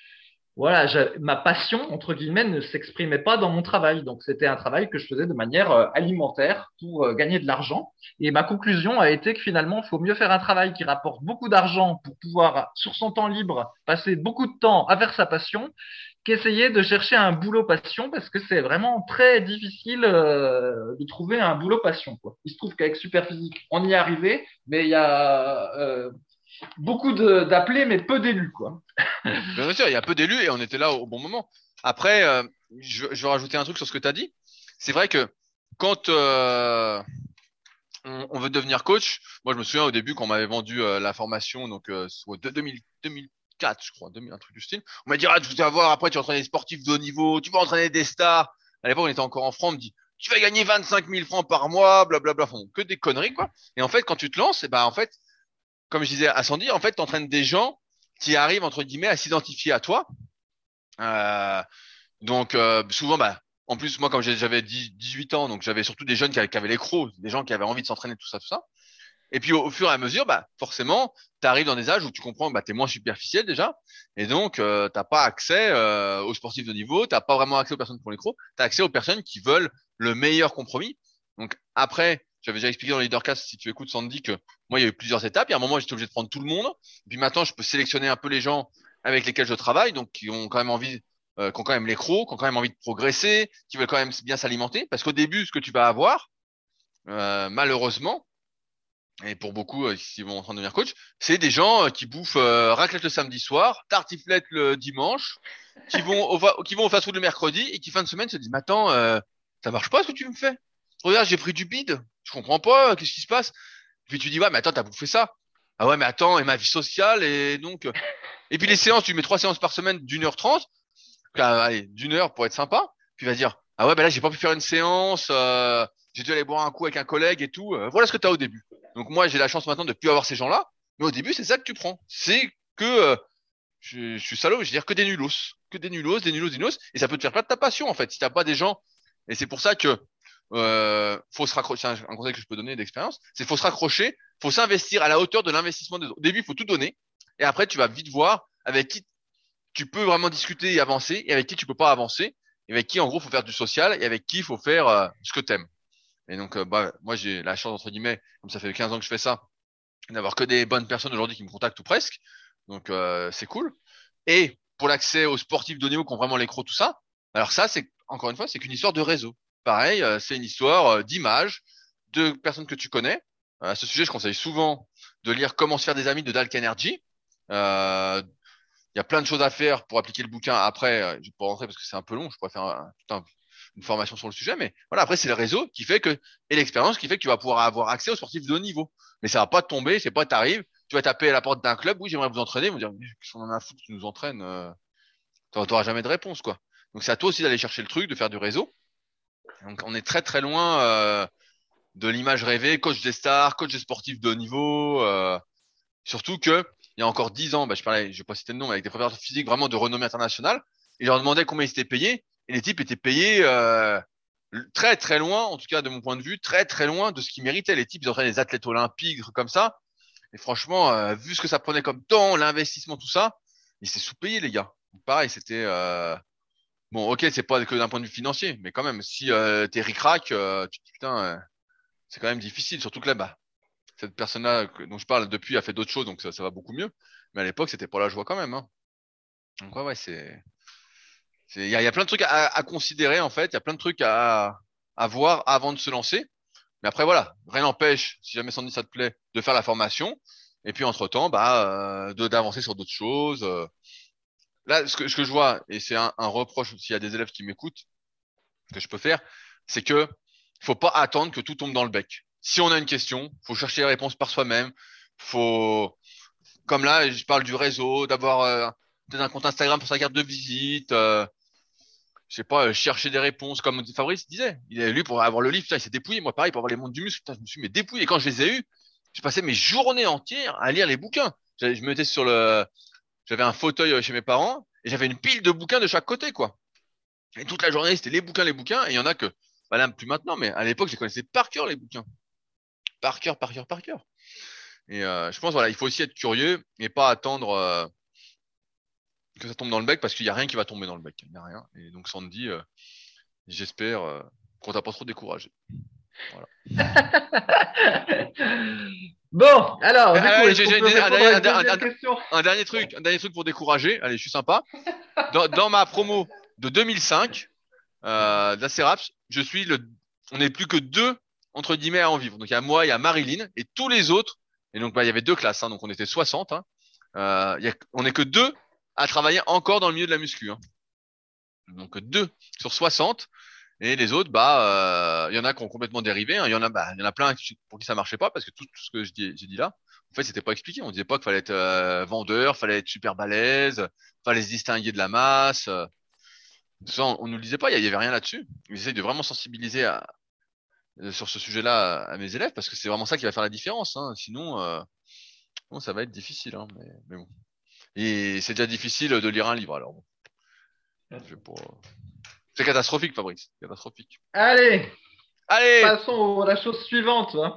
S2: voilà, je- ma passion, entre guillemets, ne s'exprimait pas dans mon travail. Donc, c'était un travail que je faisais de manière euh, alimentaire pour euh, gagner de l'argent. Et ma conclusion a été que finalement, il faut mieux faire un travail qui rapporte beaucoup d'argent pour pouvoir, sur son temps libre, passer beaucoup de temps à faire sa passion, qu'essayer de chercher un boulot passion parce que c'est vraiment très difficile euh, de trouver un boulot passion, quoi. Il se trouve qu'avec Superphysique, on y est arrivé, mais il y a euh, beaucoup de- d'appelés, mais peu d'élus, quoi.
S1: Bien sûr, il y a peu d'élus et on était là au bon moment. Après, euh, je, je veux rajouter un truc sur ce que tu as dit. C'est vrai que quand euh, on, on veut devenir coach, moi je me souviens au début quand on m'avait vendu euh, la formation, donc euh, soit de deux mille, deux mille quatre, je crois, deux mille, un truc du style. On m'a dit, ah, tu vas voir, après tu vas entraîner des sportifs de haut niveau, tu vas entraîner des stars. À l'époque, on était encore en francs, on me dit, tu vas gagner vingt-cinq mille francs par mois, blablabla. Enfin, que des conneries, quoi. Et en fait, quand tu te lances, et ben, en fait, comme je disais à Sandy, en fait, tu entraînes des gens qui arrivent, entre guillemets, à s'identifier à toi. Euh, donc, euh, souvent, bah, en plus, moi, quand j'ai- j'avais dix, dix-huit ans, donc j'avais surtout des jeunes qui avaient, qui avaient les crocs, des gens qui avaient envie de s'entraîner, tout ça, tout ça. Et puis, au, au fur et à mesure, bah, forcément, tu arrives dans des âges où tu comprends que bah, tu es moins superficiel déjà. Et donc, euh, t'as pas accès euh, aux sportifs de niveau, t'as pas vraiment accès aux personnes qui font les crocs, tu as accès aux personnes qui veulent le meilleur compromis. Donc, après, j'avais déjà expliqué dans le leadercast, si tu écoutes Sandy, que moi, il y a eu plusieurs étapes. Il y a un moment, j'étais obligé de prendre tout le monde. Et puis maintenant, je peux sélectionner un peu les gens avec lesquels je travaille, donc qui ont quand même envie, euh, qui ont quand même les crocs, qui ont quand même envie de progresser, qui veulent quand même bien s'alimenter. Parce qu'au début, ce que tu vas avoir, euh, malheureusement, et pour beaucoup euh, qui vont en train de devenir coach, c'est des gens euh, qui bouffent euh, raclette le samedi soir, tartiflette le dimanche, qui vont au, va- qui vont au fast-food le mercredi et qui fin de semaine se disent, mais attends, euh, ça marche pas ce que tu me fais. Regarde, j'ai pris du bide, je comprends pas, euh, qu'est-ce qui se passe? Puis tu dis, ouais, mais attends, t'as bouffé ça. Ah ouais, mais attends, et ma vie sociale, et donc... euh, Et puis les séances, tu mets trois séances par semaine d'une heure trente, ah, allez, d'une heure pour être sympa, puis il va dire, ah ouais, ben là, j'ai pas pu faire une séance, euh, j'ai dû aller boire un coup avec un collègue et tout. euh, voilà ce que tu as au début. Donc moi, j'ai la chance maintenant de plus avoir ces gens-là, mais au début, c'est ça que tu prends. C'est que euh, je, je suis salaud, mais je veux dire que des nulos, que des nulos, des nulos, des nulos, et ça peut te faire perdre ta passion en fait. Si t'as pas des gens, et c'est pour ça que euh, faut se raccrocher. C'est un, un conseil que je peux donner d'expérience, c'est faut se raccrocher, faut s'investir à la hauteur de l'investissement des autres. Au début, il faut tout donner, et après, tu vas vite voir avec qui tu peux vraiment discuter et avancer, et avec qui tu peux pas avancer, et avec qui en gros faut faire du social, et avec qui il faut faire euh, ce que t'aimes. Et donc euh, bah moi j'ai la chance entre guillemets, comme ça fait quinze ans que je fais ça, d'avoir que des bonnes personnes aujourd'hui qui me contactent ou presque. Donc euh, c'est cool. Et pour l'accès aux sportifs de haut niveau qui ont vraiment les crocs, tout ça, alors ça c'est encore une fois c'est qu'une histoire de réseau. Pareil, euh, c'est une histoire euh, d'image, de personnes que tu connais. Euh, à ce sujet, je conseille souvent de lire Comment se faire des amis de Dale Carnegie. Euh, il y a plein de choses à faire pour appliquer le bouquin. Après, euh, je vais pas rentrer parce que c'est un peu long. Je pourrais faire un- tout un- une formation sur le sujet, mais voilà. Après, c'est le réseau qui fait que et l'expérience qui fait que tu vas pouvoir avoir accès aux sportifs de haut niveau. Mais ça va pas te tomber. C'est pas t'arrives, tu vas taper à la porte d'un club. Oui, j'aimerais vous entraîner. Ils vont dire, mais qu'est-ce qu'on en a à foutre que tu nous entraînes. Euh, t'auras t'auras jamais de réponse, quoi. Donc c'est à toi aussi d'aller chercher le truc, de faire du réseau. Donc on est très très loin euh, de l'image rêvée, coach des stars, coach des sportifs de haut niveau. euh, Surtout que, il y a encore dix ans, bah, je parlais, je vais pas citer de nom, mais avec des préparateurs physiques vraiment de renommée internationale, et je leur demandais combien ils étaient payés, et les types étaient payés euh, très très loin, en tout cas de mon point de vue, très très loin de ce qu'ils méritaient. Les types, ils entraînaient des athlètes olympiques, des trucs comme ça, et franchement, euh, vu ce que ça prenait comme temps, l'investissement, tout ça, ils étaient sous-payés, les gars. Donc, pareil, c'était... Euh... Bon, ok, c'est pas que d'un point de vue financier, mais quand même, si euh, t'es ric-rac, euh, tu te dis, putain, euh, c'est quand même difficile, surtout que là, bah, cette personne-là que- dont je parle depuis a fait d'autres choses, donc ça, ça va beaucoup mieux. Mais à l'époque, c'était pas la joie quand même. Hein. Donc ouais, ouais, c'est, c'est, il y a, il y a plein de trucs à, à considérer en fait. Il y a plein de trucs à, à voir avant de se lancer. Mais après voilà, rien n'empêche, si jamais Sandy ça te plaît, de faire la formation. Et puis entre-temps, bah, euh, de d'avancer sur d'autres choses. euh. Là, ce que, ce que je vois, et c'est un, un reproche s'il y a des élèves qui m'écoutent, que je peux faire, c'est que faut pas attendre que tout tombe dans le bec. Si on a une question, faut chercher les réponses par soi-même. Faut Comme là, je parle du réseau, d'avoir euh, peut-être un compte Instagram pour sa carte de visite, euh, je sais pas, euh, chercher des réponses, comme Fabrice disait. Il a lu pour avoir le livre, putain, il s'est dépouillé. Moi, pareil, pour avoir les montres du muscle, putain, je me suis mais dépouillé. Et quand je les ai eus, je passais mes journées entières à lire les bouquins. J'avais- Je me mettais sur le, j'avais un fauteuil euh, chez mes parents et j'avais une pile de bouquins de chaque côté, quoi. Et toute la journée, c'était les bouquins, les bouquins. Et il y en a que, bah là, plus maintenant, mais à l'époque, je les connaissais par cœur, les bouquins. Par cœur, par cœur, par cœur. Et euh, je pense, voilà, il faut aussi être curieux et pas attendre. euh, que ça tombe dans le bec parce qu'il y a rien qui va tomber dans le bec. Il n'y a rien. Et donc Sandy, euh, j'espère euh, qu'on t'a pas trop découragé. Voilà.
S2: Bon, alors,
S1: Eh,
S2: du coup,
S1: allez,
S2: est-ce
S1: j'ai
S2: qu'on
S1: j'ai
S2: peut
S1: une- un,
S2: répondre à
S1: dernier,
S2: une
S1: un, un-
S2: deuxième
S1: un-
S2: question?
S1: un dernier truc, un dernier truc pour décourager. Allez, je suis sympa. Dans, dans ma promo de deux mille cinq, euh, de la Ceraps, je suis le, on n'est plus que deux entre guillemets à en vivre. Donc il y a moi, il y a Marilyn et tous les autres. Et donc bah, il y avait deux classes, hein, donc on était soixante. Hein. Euh, il y a, on n'est que deux à travailler encore dans le milieu de la muscu. Hein. Donc deux sur soixante. Et les autres, bah, il euh, y en a qui ont complètement dérivé. Il hein. y en a, bah, y en a plein pour qui ça marchait pas parce que tout, tout ce que j'ai dit, j'ai dit là, en fait, c'était pas expliqué. On disait pas qu'il fallait être euh, vendeur, fallait être super balèze, fallait se distinguer de la masse. Euh, ça, on, on nous le disait pas. Il y, y avait rien là-dessus. J'essaie de vraiment sensibiliser à, euh, sur ce sujet-là à, à mes élèves parce que c'est vraiment ça qui va faire la différence. Hein. Sinon, euh, bon, ça va être difficile. Hein, mais, mais bon. Et c'est déjà difficile de lire un livre. Alors, bon, je vais pas... C'est catastrophique, Fabrice. Catastrophique.
S2: Allez,
S1: Allez!
S2: passons à la chose suivante. Hein.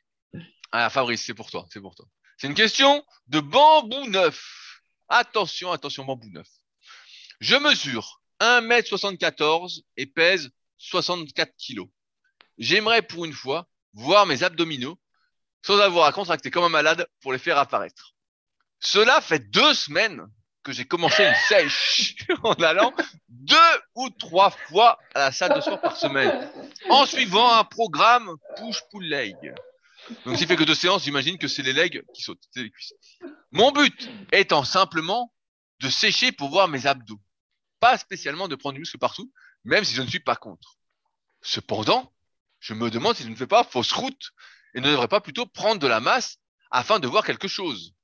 S1: Ah, Fabrice, c'est pour toi, c'est pour toi. C'est une question de bambou neuf. Attention, attention, bambou neuf. Je mesure un mètre soixante-quatorze et pèse soixante-quatre kilos. J'aimerais pour une fois voir mes abdominaux sans avoir à contracter comme un malade pour les faire apparaître. Cela fait deux semaines que j'ai commencé une sèche en allant deux ou trois fois à la salle de sport par semaine en suivant un programme push-pull leg. Donc s'il fait que deux séances, j'imagine que c'est les legs qui sautent, c'est les cuisses. Mon but étant simplement de sécher pour voir mes abdos. Pas spécialement de prendre du muscle partout, même si je ne suis pas contre. Cependant, je me demande si je ne fais pas fausse route et ne devrais pas plutôt prendre de la masse afin de voir quelque chose.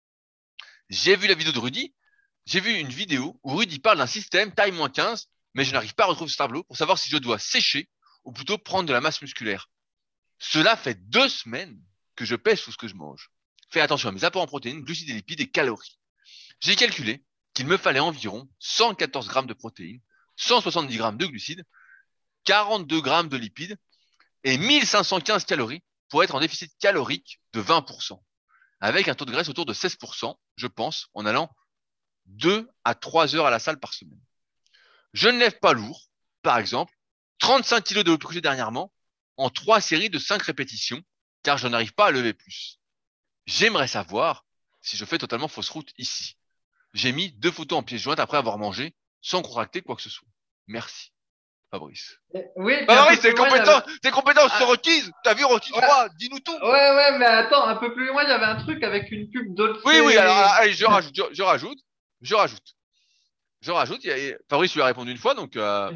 S1: J'ai vu la vidéo de Rudy. J'ai vu une vidéo où Rudy parle d'un système taille moins quinze, mais je n'arrive pas à retrouver ce tableau pour savoir si je dois sécher ou plutôt prendre de la masse musculaire. Cela fait deux semaines que je pèse tout ce que je mange. Fais attention à mes apports en protéines, glucides et lipides et calories. J'ai calculé qu'il me fallait environ cent quatorze grammes de protéines, cent soixante-dix grammes de glucides, quarante-deux grammes de lipides et mille cinq cent quinze calories pour être en déficit calorique de vingt pour cent. Avec un taux de graisse autour de seize pour cent, je pense, en allant deux à trois heures à la salle par semaine. Je ne lève pas lourd, par exemple, trente-cinq kilos de couché dernièrement, en trois séries de cinq répétitions, car je n'arrive pas à lever plus. J'aimerais savoir si je fais totalement fausse route ici. J'ai mis deux photos en pièce jointe après avoir mangé, sans contracter quoi que ce soit. Merci. Fabrice.
S2: Oui,
S1: Fabrice, tes compétences,
S2: avait...
S1: tes compétences ah. sont requises. T'as vu Rocky trois, ouais. Dis-nous tout.
S2: Ouais, ouais, mais attends, un peu plus loin, il y avait un truc avec une pub Dolce.
S1: Oui, oui, alors, allez, je rajoute, je, je rajoute, je rajoute. Je rajoute, il y a, Fabrice lui a répondu une fois, donc, euh,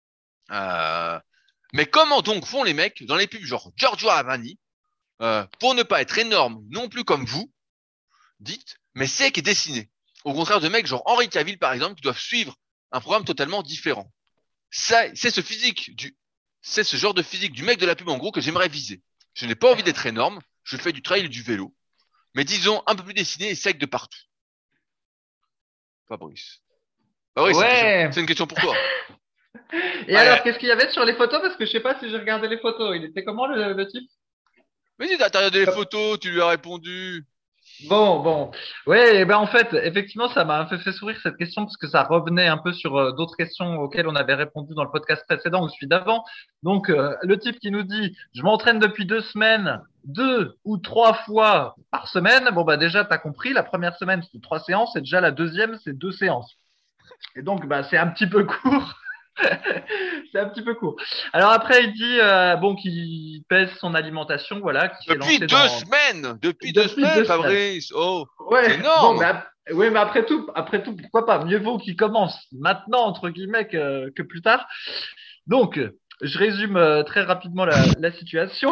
S1: euh, mais comment donc font les mecs dans les pubs genre Giorgio Armani, euh, pour ne pas être énorme non plus comme vous, dites, mais sec et dessiné. Au contraire de mecs genre Henri Cavill par exemple qui doivent suivre un programme totalement différent. Ça, c'est ce physique du, c'est ce genre de physique du mec de la pub en gros que j'aimerais viser. Je n'ai pas envie d'être énorme, je fais du trail et du vélo, mais disons un peu plus dessiné et sec de partout. Fabrice. Fabrice, ouais. C'est une question pour toi.
S2: Et ouais. Alors, qu'est-ce qu'il y avait sur les photos? Parce que je sais pas si j'ai regardé les photos. Il était comment le, le type?
S1: Mais dis, t'as regardé les photos, tu lui as répondu.
S2: Bon, bon. Ouais, ben en fait, effectivement, ça m'a un peu fait sourire cette question parce que ça revenait un peu sur euh, d'autres questions auxquelles on avait répondu dans le podcast précédent ou celui d'avant. Donc, euh, le type qui nous dit, je m'entraîne depuis deux semaines, deux ou trois fois par semaine. Bon, bah déjà, t'as compris, la première semaine, c'est trois séances et déjà la deuxième, c'est deux séances. Et donc, bah, c'est un petit peu court. C'est un petit peu court. Alors après, il dit euh, bon qu'il pèse son alimentation, voilà. Qui
S1: depuis deux
S2: dans...
S1: semaines, depuis, depuis deux semaines, deux Fabrice. Semaines. Oh,
S2: ouais.
S1: C'est énorme.
S2: Bon, mais, oui, mais après tout, après tout, pourquoi pas? Mieux vaut qu'il commence maintenant entre guillemets que, que plus tard. Donc, je résume euh, très rapidement la, la situation.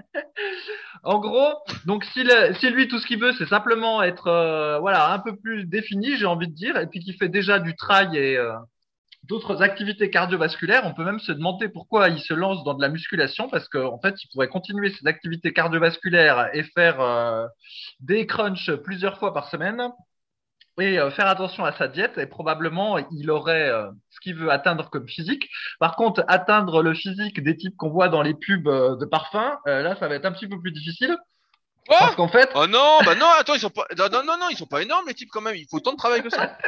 S2: En gros, donc si, le, si lui tout ce qu'il veut, c'est simplement être euh, voilà un peu plus défini, j'ai envie de dire, et puis qu'il fait déjà du trail et euh, d'autres activités cardiovasculaires, on peut même se demander pourquoi il se lance dans de la musculation parce qu'en en fait, il pourrait continuer ses activités cardiovasculaires et faire euh, des crunchs plusieurs fois par semaine et euh, faire attention à sa diète et probablement il aurait euh, ce qu'il veut atteindre comme physique. Par contre, atteindre le physique des types qu'on voit dans les pubs euh, de parfum, euh, là, ça va être un petit peu plus difficile.
S1: Quoi
S2: parce qu'en fait,
S1: oh non, bah non, attends, ils sont pas, non, non, non, ils sont pas énormes les types quand même. Il faut autant de travail que ça.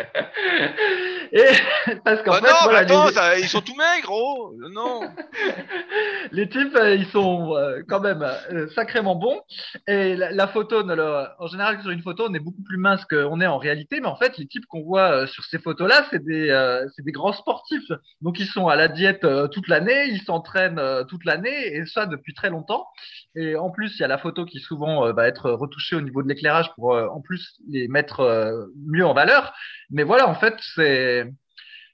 S2: Et parce qu'en
S1: bah
S2: fait,
S1: non,
S2: voilà,
S1: bah attends,
S2: les...
S1: ça, ils sont tout maigres, oh, non.
S2: Les types, ils sont euh, quand même euh, sacrément bons. Et la, la photo, ne le... en général, sur une photo, on est beaucoup plus mince qu'on est en réalité. Mais en fait, les types qu'on voit euh, sur ces photos-là, c'est des, euh, c'est des grands sportifs. Donc, ils sont à la diète euh, toute l'année, ils s'entraînent euh, toute l'année, et ça depuis très longtemps. Et en plus, il y a la photo qui souvent euh, va être retouchée au niveau de l'éclairage pour euh, en plus les mettre euh, mieux en valeur. Mais voilà, en fait, c'est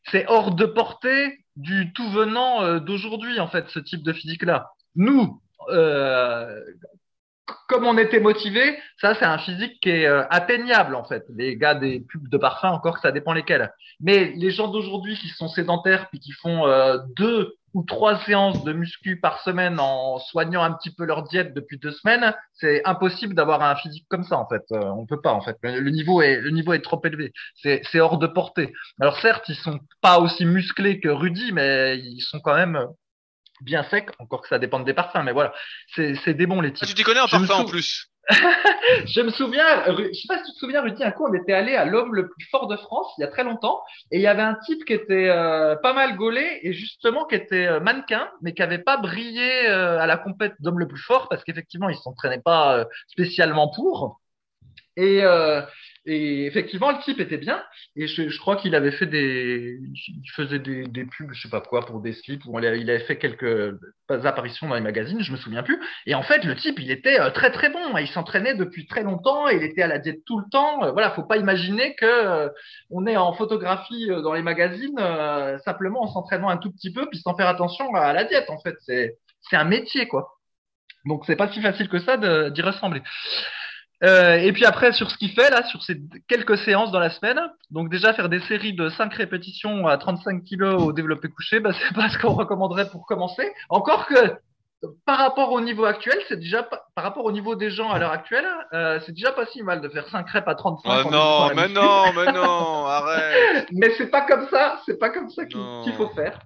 S2: c'est hors de portée du tout venant euh, d'aujourd'hui, en fait, ce type de physique-là. Nous, euh, comme on était motivé, ça c'est un physique qui est euh, atteignable en fait. Les gars des pubs de parfum, encore que ça dépend lesquels. Mais les gens d'aujourd'hui qui sont sédentaires puis qui font euh, deux ou trois séances de muscu par semaine en soignant un petit peu leur diète depuis deux semaines, c'est impossible d'avoir un physique comme ça en fait. Euh, on peut pas en fait. Le, le niveau est le niveau est trop élevé. C'est c'est hors de portée. Alors certes, ils sont pas aussi musclés que Rudy, mais ils sont quand même bien secs. Encore que ça dépende des parfums, mais voilà, c'est c'est des bons les
S1: Ah,
S2: types.
S1: tu t'y connais en
S2: Je me
S1: parfum en
S2: sou-
S1: plus.
S2: je me souviens, Ru- je sais pas si tu te souviens, Rudy, un coup, on était allé à l'homme le plus fort de France, il y a très longtemps, et il y avait un type qui était euh, pas mal gaulé, et justement qui était euh, mannequin, mais qui avait pas brillé euh, à la compète d'homme le plus fort, parce qu'effectivement, il s'entraînait pas euh, spécialement pour. Et, euh, et effectivement, le type était bien. Et je, je crois qu'il avait fait des, il faisait des, des pubs, je sais pas quoi, pour des slips, où il avait fait quelques apparitions dans les magazines, je me souviens plus. Et en fait, le type, il était euh, très très bon. Il s'entraînait depuis très longtemps. Il était à la diète tout le temps. Euh, Voilà, faut pas imaginer que euh, on est en photographie euh, dans les magazines euh, simplement en s'entraînant un tout petit peu, puis sans faire attention à la diète. En fait, c'est c'est un métier, quoi. Donc c'est pas si facile que ça de- d'y ressembler. Euh, et puis après, sur ce qu'il fait, là, sur ces quelques séances dans la semaine, donc déjà faire des séries de cinq répétitions à trente-cinq kilos au développé couché, bah, c'est pas ce qu'on recommanderait pour commencer. Encore que, par rapport au niveau actuel, c'est déjà pas, par rapport au niveau des gens à l'heure actuelle, euh, c'est déjà pas si mal de faire cinq reps à
S1: Oh
S2: trente-cinq en débutant
S1: non,
S2: la
S1: mais
S2: muscu.
S1: non, mais non, arrête.
S2: Mais c'est pas comme ça, c'est pas comme ça qu'il qu'il faut
S1: Non.
S2: faire.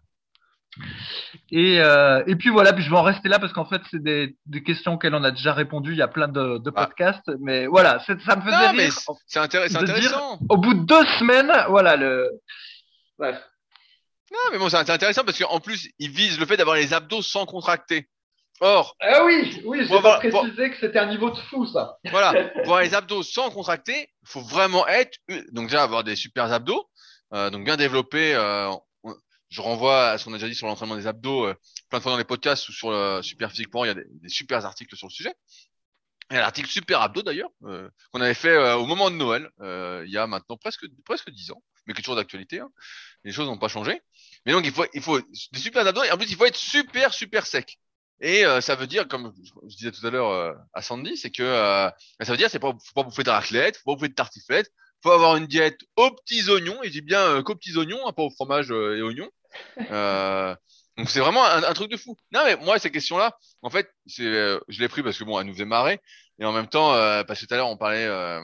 S2: Et, euh, et puis voilà, puis je vais en rester là parce qu'en fait, c'est des, des questions auxquelles on a déjà répondu. Il y a plein de, de
S1: Bah,
S2: podcasts, mais voilà, c'est- ça me faisait
S1: non, mais
S2: rire
S1: c'est c'est intér- c'est
S2: de dire
S1: intéressant.
S2: au bout de deux semaines, voilà le. Bref.
S1: Non, mais bon, c'est c'est intéressant parce qu'en plus, il vise le fait d'avoir les abdos sans contracter. Or,
S2: Ah oui, oui,
S1: pour
S2: j'ai pas
S1: avoir, pour-
S2: précisé que c'était un niveau de fou ça.
S1: voilà, pour avoir les abdos sans contracter, il faut vraiment être, donc déjà avoir des super abdos, euh, donc bien développés. Euh, on- je renvoie à ce qu'on a déjà dit sur l'entraînement des abdos, euh, plein de fois dans les podcasts ou sur le Super Physique point org, il y a des, des super articles sur le sujet. Il y a l'article Super Abdos d'ailleurs, euh, qu'on avait fait euh, au moment de Noël, euh, il y a maintenant presque presque dix ans, mais qui est toujours d'actualité. Hein. Les choses n'ont pas changé. Mais donc il faut il faut des super abdos et en plus il faut être super super sec. Et euh, ça veut dire, comme je, je disais tout à l'heure euh, à Sandy, c'est que euh, ça veut dire c'est pas faut pas bouffer de raclette, faut pas bouffer de tartiflette, faut avoir une diète aux petits oignons. Et je dis bien euh, qu'aux petits oignons, hein, pas au fromage euh, et oignons. Euh, donc c'est vraiment un, un truc de fou. Non mais moi ces questions-là, en fait, c'est euh, je l'ai pris parce que bon, elle nous faisait marrer et en même temps euh, parce que tout à l'heure on parlait euh,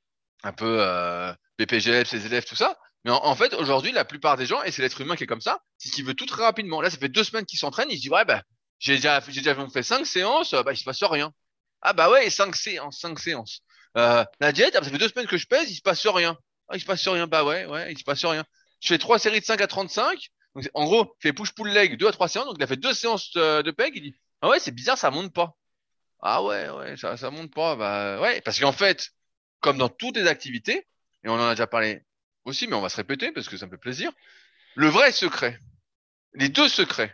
S1: un peu euh, B P G F, ses élèves, tout ça. Mais en, en fait, aujourd'hui, la plupart des gens, et c'est l'être humain qui est comme ça, c'est qu'il veut tout très rapidement. Là, ça fait deux semaines qu'il s'entraîne, il se dit, ouais, bah, j'ai déjà, j'ai déjà fait cinq séances, euh, bah, il se passe rien. Ah, bah ouais, cinq séances, cinq séances. Euh, la diète, ah, ça fait deux semaines que je pèse, il se passe rien. Ah, il se passe rien, bah ouais, ouais, il se passe rien. Je fais trois séries de cinq à trente-cinq. Donc, c'est- en gros, il fait push-pull leg, deux à trois séances, donc il a fait deux séances euh, de peg, il dit, ah ouais, c'est bizarre, ça monte pas. Ah ouais, ouais, ça, ça monte pas. Bah ouais, parce qu'en fait, comme dans toutes les activités, et on en a déjà parlé aussi, mais on va se répéter parce que ça me fait plaisir, le vrai secret, les deux secrets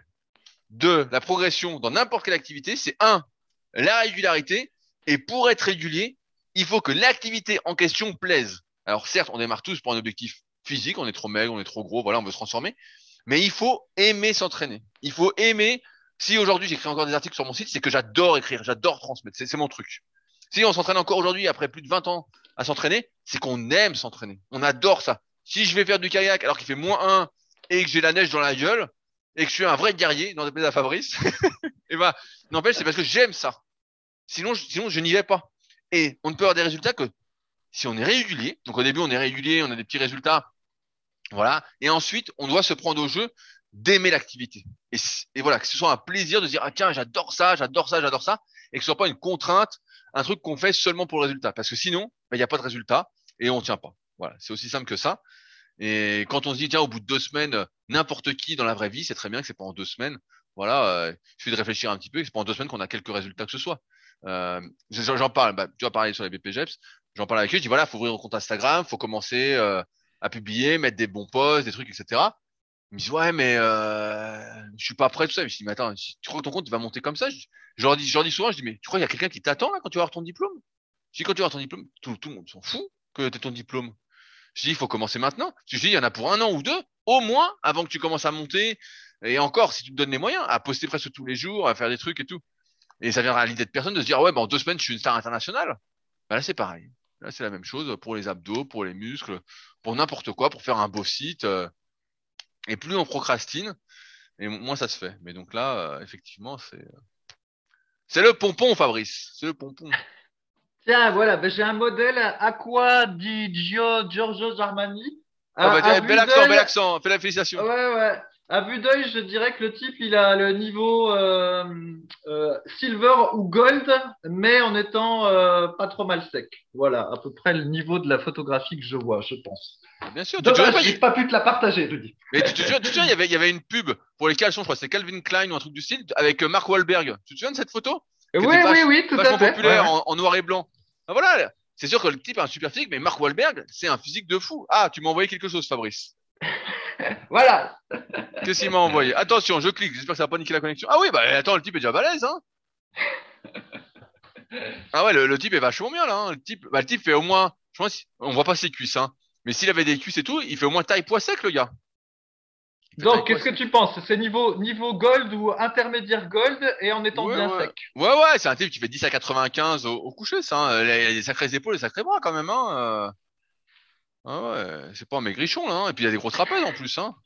S1: de la progression dans n'importe quelle activité, c'est un, la régularité, et pour être régulier, il faut que l'activité en question plaise. Alors certes, on démarre tous pour un objectif physique, on est trop maigre, on est trop gros, voilà, on veut se transformer, mais il faut aimer s'entraîner. Il faut aimer. Si aujourd'hui j'écris encore des articles sur mon site, c'est que j'adore écrire, j'adore transmettre, c'est c'est mon truc. Si on s'entraîne encore aujourd'hui après plus de vingt ans à s'entraîner, c'est qu'on aime s'entraîner. On adore ça. Si je vais faire du kayak alors qu'il fait moins un et que j'ai la neige dans la gueule et que je suis un vrai guerrier dans des à Fabrice, et ben n'empêche c'est parce que j'aime ça. Sinon je, sinon je n'y vais pas. Et on ne peut avoir des résultats que si on est régulier. Donc au début on est régulier, on a des petits résultats, voilà. Et ensuite on doit se prendre au jeu d'aimer l'activité. Et, et voilà, que ce soit un plaisir de se dire ah tiens j'adore ça, j'adore ça, j'adore ça, et que ce soit pas une contrainte, un truc qu'on fait seulement pour le résultat. Parce que sinon, il n'y a pas de résultat et on tient pas. Voilà, c'est aussi simple que ça. Et quand on se dit tiens au bout de deux semaines, euh, n'importe qui dans la vraie vie, c'est très bien que c'est pas en deux semaines. Voilà, euh, il suffit de réfléchir un petit peu. C'est pas en deux semaines qu'on a quelques résultats que ce soit. Euh, j'en j'en parle. Bah, tu vas parler sur les B P G E P S. J'en parle avec eux. Je dis voilà, faut ouvrir un compte Instagram, faut commencer euh, à publier, mettre des bons posts, des trucs, et cetera. Ils me disent ouais mais euh, je suis pas prêt tout ça. Je dis mais attends, tu crois que ton compte il va monter comme ça? Je, je leur dis, je leur dis souvent, je dis mais tu crois qu'il y a quelqu'un qui t'attend là quand tu vas avoir ton diplôme? Je dis quand tu vas avoir ton diplôme, tout, tout le monde s'en fout que t'aies ton diplôme. Je dis, il faut commencer maintenant. Je dis, il y en a pour un an ou deux, au moins, avant que tu commences à monter. Et encore, si tu te donnes les moyens, à poster presque tous les jours, à faire des trucs et tout. Et ça viendra à l'idée de personne de se dire, ah ouais, bah, en deux semaines, je suis une star internationale. Bah là, c'est pareil. Là, c'est la même chose pour les abdos, pour les muscles, pour n'importe quoi, pour faire un beau site. euh, Et plus on procrastine, et moins ça se fait. Mais donc là, euh, effectivement, c'est c'est le pompon, Fabrice. C'est le pompon.
S2: Tiens, voilà, ben, j'ai un modèle Aqua di Gio Giorgio Armani.
S1: Ah
S2: À,
S1: bah
S2: à
S1: tiens,
S2: vue
S1: bel accent, bel
S2: d'œil,
S1: accent. Fais la félicitation.
S2: ouais, ouais. À vue d'œil, je dirais que le type, il a le niveau euh, euh, silver ou gold, mais en étant euh, pas trop mal sec. Voilà, à peu près le niveau de la photographie que je vois, je pense.
S1: Bien sûr. Tu te souviens
S2: Dommage,
S1: pas,
S2: j'ai
S1: il-
S2: pas pu te la partager, je dis.
S1: mais tu te souviens, tu te souviens, il y avait, il y avait une pub pour les caleçons, je crois, que c'était Calvin Klein ou un truc du style, avec euh, Mark Wahlberg. Tu te souviens de cette photo? Qui
S2: Oui,
S1: était
S2: oui,
S1: vache,
S2: oui, tout à
S1: vachement
S2: fait. Ouais,
S1: populaire
S2: ouais.
S1: en, en noir et blanc. Ah voilà. C'est sûr que le type a un super physique, mais Mark Wahlberg, c'est un physique de fou. Ah, tu m'as envoyé quelque chose, Fabrice.
S2: Voilà.
S1: Qu'est-ce qu'il m'a envoyé? Attention, je clique. J'espère que ça va pas niquer la connexion. Ah oui, bah attends, le type est déjà balèze, hein. Ah ouais, le, le type est vachement bien là, hein. Le type, bah, le type fait au moins, je pense, on voit pas ses cuisses, hein. Mais s'il avait des cuisses et tout, il fait au moins taille poids sec, le gars. Il fait taille
S2: Donc,
S1: poids
S2: qu'est-ce que
S1: sec.
S2: tu penses? C'est niveau, niveau gold ou intermédiaire gold et en étant
S1: Ouais,
S2: bien
S1: ouais.
S2: sec.
S1: Ouais, ouais, c'est un type qui fait dix à quatre-vingt-quinze au, au coucher, ça, hein. Il a il a des sacrées épaules, des sacrés bras quand même, hein. euh. Ah ouais, c'est pas un maigrichon, là, hein. Et puis il a des gros trapèzes en plus, hein.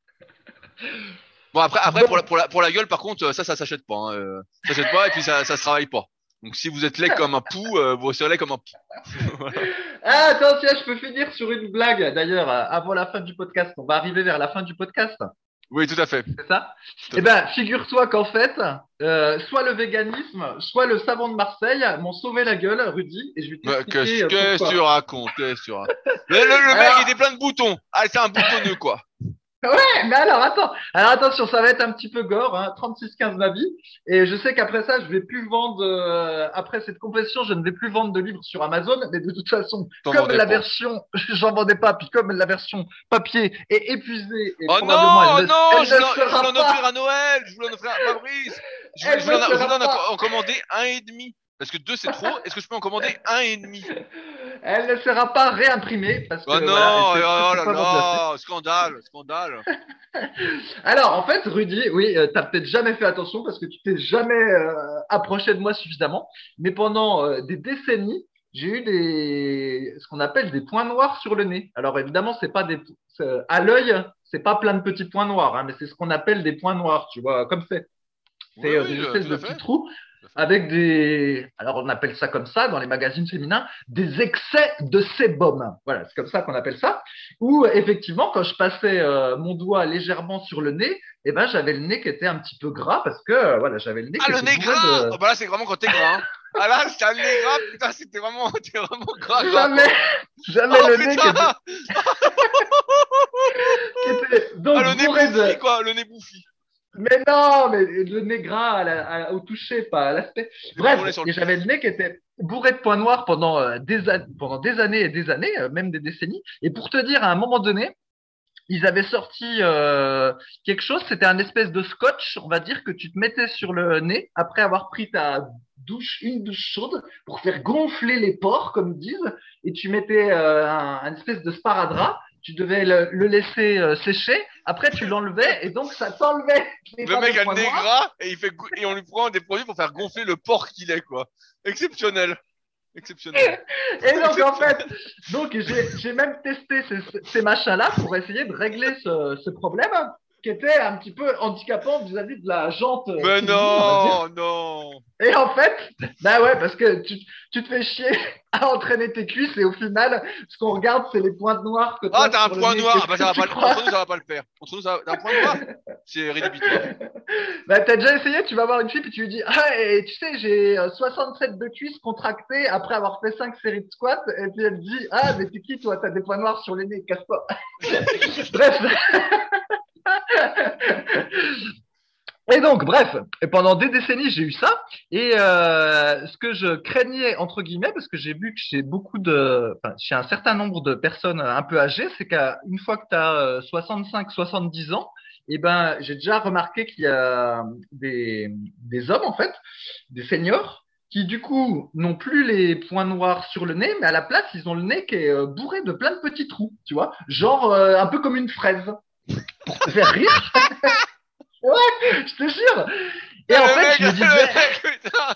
S1: Bon, après, après pour la,
S2: Bon.
S1: pour la, pour la gueule, par contre, ça, ça s'achète pas, hein. euh, Ça s'achète pas et puis ça, ça se travaille pas. Donc si vous êtes laid comme un pou, euh, vous serez laid comme un pou. Voilà.
S2: Ah, attends, tiens, je peux finir sur une blague, d'ailleurs, euh, avant la fin du podcast. On va arriver vers la fin du podcast,
S1: Oui, tout à fait.
S2: c'est ça?
S1: Tout à
S2: Eh
S1: fait.
S2: ben, figure-toi qu'en fait, euh, soit le véganisme, soit le savon de Marseille m'ont sauvé la gueule, Rudy, et je vais
S1: Mais
S2: t'expliquer
S1: Qu'est-ce
S2: euh,
S1: qu'est-ce que tu
S2: pourquoi.
S1: racontes? Qu'est-ce que tu racontes? Le, le, le mec, il
S2: Alors,
S1: était plein de boutons. Ah, c'est un boutonneux, quoi.
S2: ouais, mais alors, attends, alors attention, ça va être un petit peu gore, hein, trente-six quinze ma vie, et je sais qu'après ça, je vais plus vendre, euh, après cette compétition, je ne vais plus vendre de livres sur Amazon, mais de toute façon,
S1: T'en
S2: comme
S1: vendais
S2: la
S1: pas.
S2: version, j'en vendais pas, puis comme la version papier est épuisée, et
S1: Oh
S2: probablement
S1: non,
S2: elle
S1: oh
S2: ne,
S1: non,
S2: elle
S1: je
S2: ne
S1: voulais, en, je voulais
S2: sera
S1: en offrir
S2: pas,
S1: à Noël, je voulais en offrir à Fabrice. Je voulais, je
S2: elle
S1: voulais,
S2: ne
S1: en, je voulais
S2: sera
S1: en,
S2: pas,
S1: en commander un et demi. Parce que deux, c'est trop. Est-ce que je peux en commander un et demi?
S2: elle ne sera pas réimprimée, parce
S1: Oh
S2: que
S1: non,
S2: voilà, elle
S1: oh
S2: s'est
S1: là
S2: surtout pas vendue assez.
S1: là, scandale, scandale.
S2: Alors, en fait, Rudy, oui, euh, t'as peut-être jamais fait attention parce que tu t'es jamais euh, approché de moi suffisamment. Mais pendant euh, des décennies, j'ai eu des, ce qu'on appelle des points noirs sur le nez. Alors, évidemment, c'est pas des, c'est- à l'œil, c'est pas plein de petits points noirs, hein, mais c'est ce qu'on appelle des points noirs, tu vois, comme c'est.
S1: Oui,
S2: C'est euh,
S1: oui,
S2: des
S1: euh,
S2: espèces
S1: tout
S2: de
S1: à
S2: petits
S1: fait.
S2: trous
S1: Tout à fait.
S2: avec des, alors on appelle ça comme ça dans les magazines féminins, des excès de sébum. Voilà, c'est comme ça qu'on appelle ça. Ou effectivement, quand je passais euh, mon doigt légèrement sur le nez, eh ben j'avais le nez qui était un petit peu gras parce que euh, voilà, j'avais le nez
S1: Ah,
S2: qui
S1: le
S2: était
S1: nez
S2: bourré
S1: gras!
S2: de.
S1: Oh, bah là, c'est vraiment quand t'es gras, hein. Ah là, c'est un nez gras, putain, c'était vraiment, t'es vraiment gras, gras,
S2: J'avais,
S1: quoi.
S2: j'avais
S1: Oh
S2: le nez qui
S1: putain!
S2: était, qui était
S1: Ah,
S2: donc
S1: le nez
S2: bourré
S1: bouffi,
S2: de.
S1: quoi, le nez bouffi.
S2: Mais non, mais le nez gras à la- à- au toucher, pas à l'aspect.
S1: Des
S2: Bref,
S1: bourrelets sur le
S2: et
S1: cul.
S2: j'avais le nez qui était bourré de points noirs pendant, euh, des, an- pendant des années et des années, euh, même des décennies. Et pour te dire, à un moment donné, ils avaient sorti euh, quelque chose, c'était un espèce de scotch, on va dire, que tu te mettais sur le nez après avoir pris ta douche, une douche chaude, pour faire gonfler les pores, comme ils disent, et tu mettais euh, un, un espèce de sparadrap, tu devais le, le laisser euh, sécher, après tu l'enlevais, et donc ça t'enlevait les
S1: Le
S2: fameux
S1: mec a le
S2: points
S1: nez
S2: noirs.
S1: gras et il fait go- et on lui prend des produits pour faire gonfler le porc qu'il est, quoi. Exceptionnel. Exceptionnel.
S2: Et donc, en
S1: Exceptionnel.
S2: fait, donc j'ai j'ai même testé ces, ces machins-là pour essayer de régler ce, ce problème qui était un petit peu handicapant vis-à-vis de la jante euh,
S1: Mais
S2: féminine, on va dire.
S1: non, non.
S2: Et en fait, bah ouais, parce que tu, tu te fais chier à entraîner tes cuisses et au final, ce qu'on regarde, c'est les pointes noires que tu
S1: Ah,
S2: as
S1: t'as un
S2: sur le
S1: point
S2: nez.
S1: noir. Ah
S2: Qu'est-ce
S1: bah ça
S2: que
S1: va
S2: tu
S1: pas,
S2: crois?
S1: entre nous, ça va pas le faire. Entre nous, ça va, t'as un point noir? C'est rédhibitoire.
S2: Bah, t'as déjà essayé, tu vas voir une fille puis tu lui dis, ah, et tu sais, j'ai euh, soixante-sept de cuisses contractées après avoir fait cinq séries de squats. Et puis elle te dit, ah, mais t'es qui, toi? T'as des points noirs sur les nez, casse-toi. Bref. Et donc, bref, et pendant des décennies, j'ai eu ça. Et euh, ce que je craignais, entre guillemets, parce que j'ai vu que chez beaucoup de, enfin, chez un certain nombre de personnes un peu âgées, c'est qu'une fois que tu as soixante-cinq, soixante-dix ans, eh ben, j'ai déjà remarqué qu'il y a des, des hommes, en fait, des seniors, qui du coup n'ont plus les points noirs sur le nez, mais à la place, ils ont le nez qui est euh, bourré de plein de petits trous, tu vois, genre euh, un peu comme une fraise, pour te faire rire. Ouais, je te jure. Et
S1: Ah,
S2: en
S1: le
S2: fait,
S1: mec,
S2: je me
S1: le
S2: disais,
S1: mec, putain.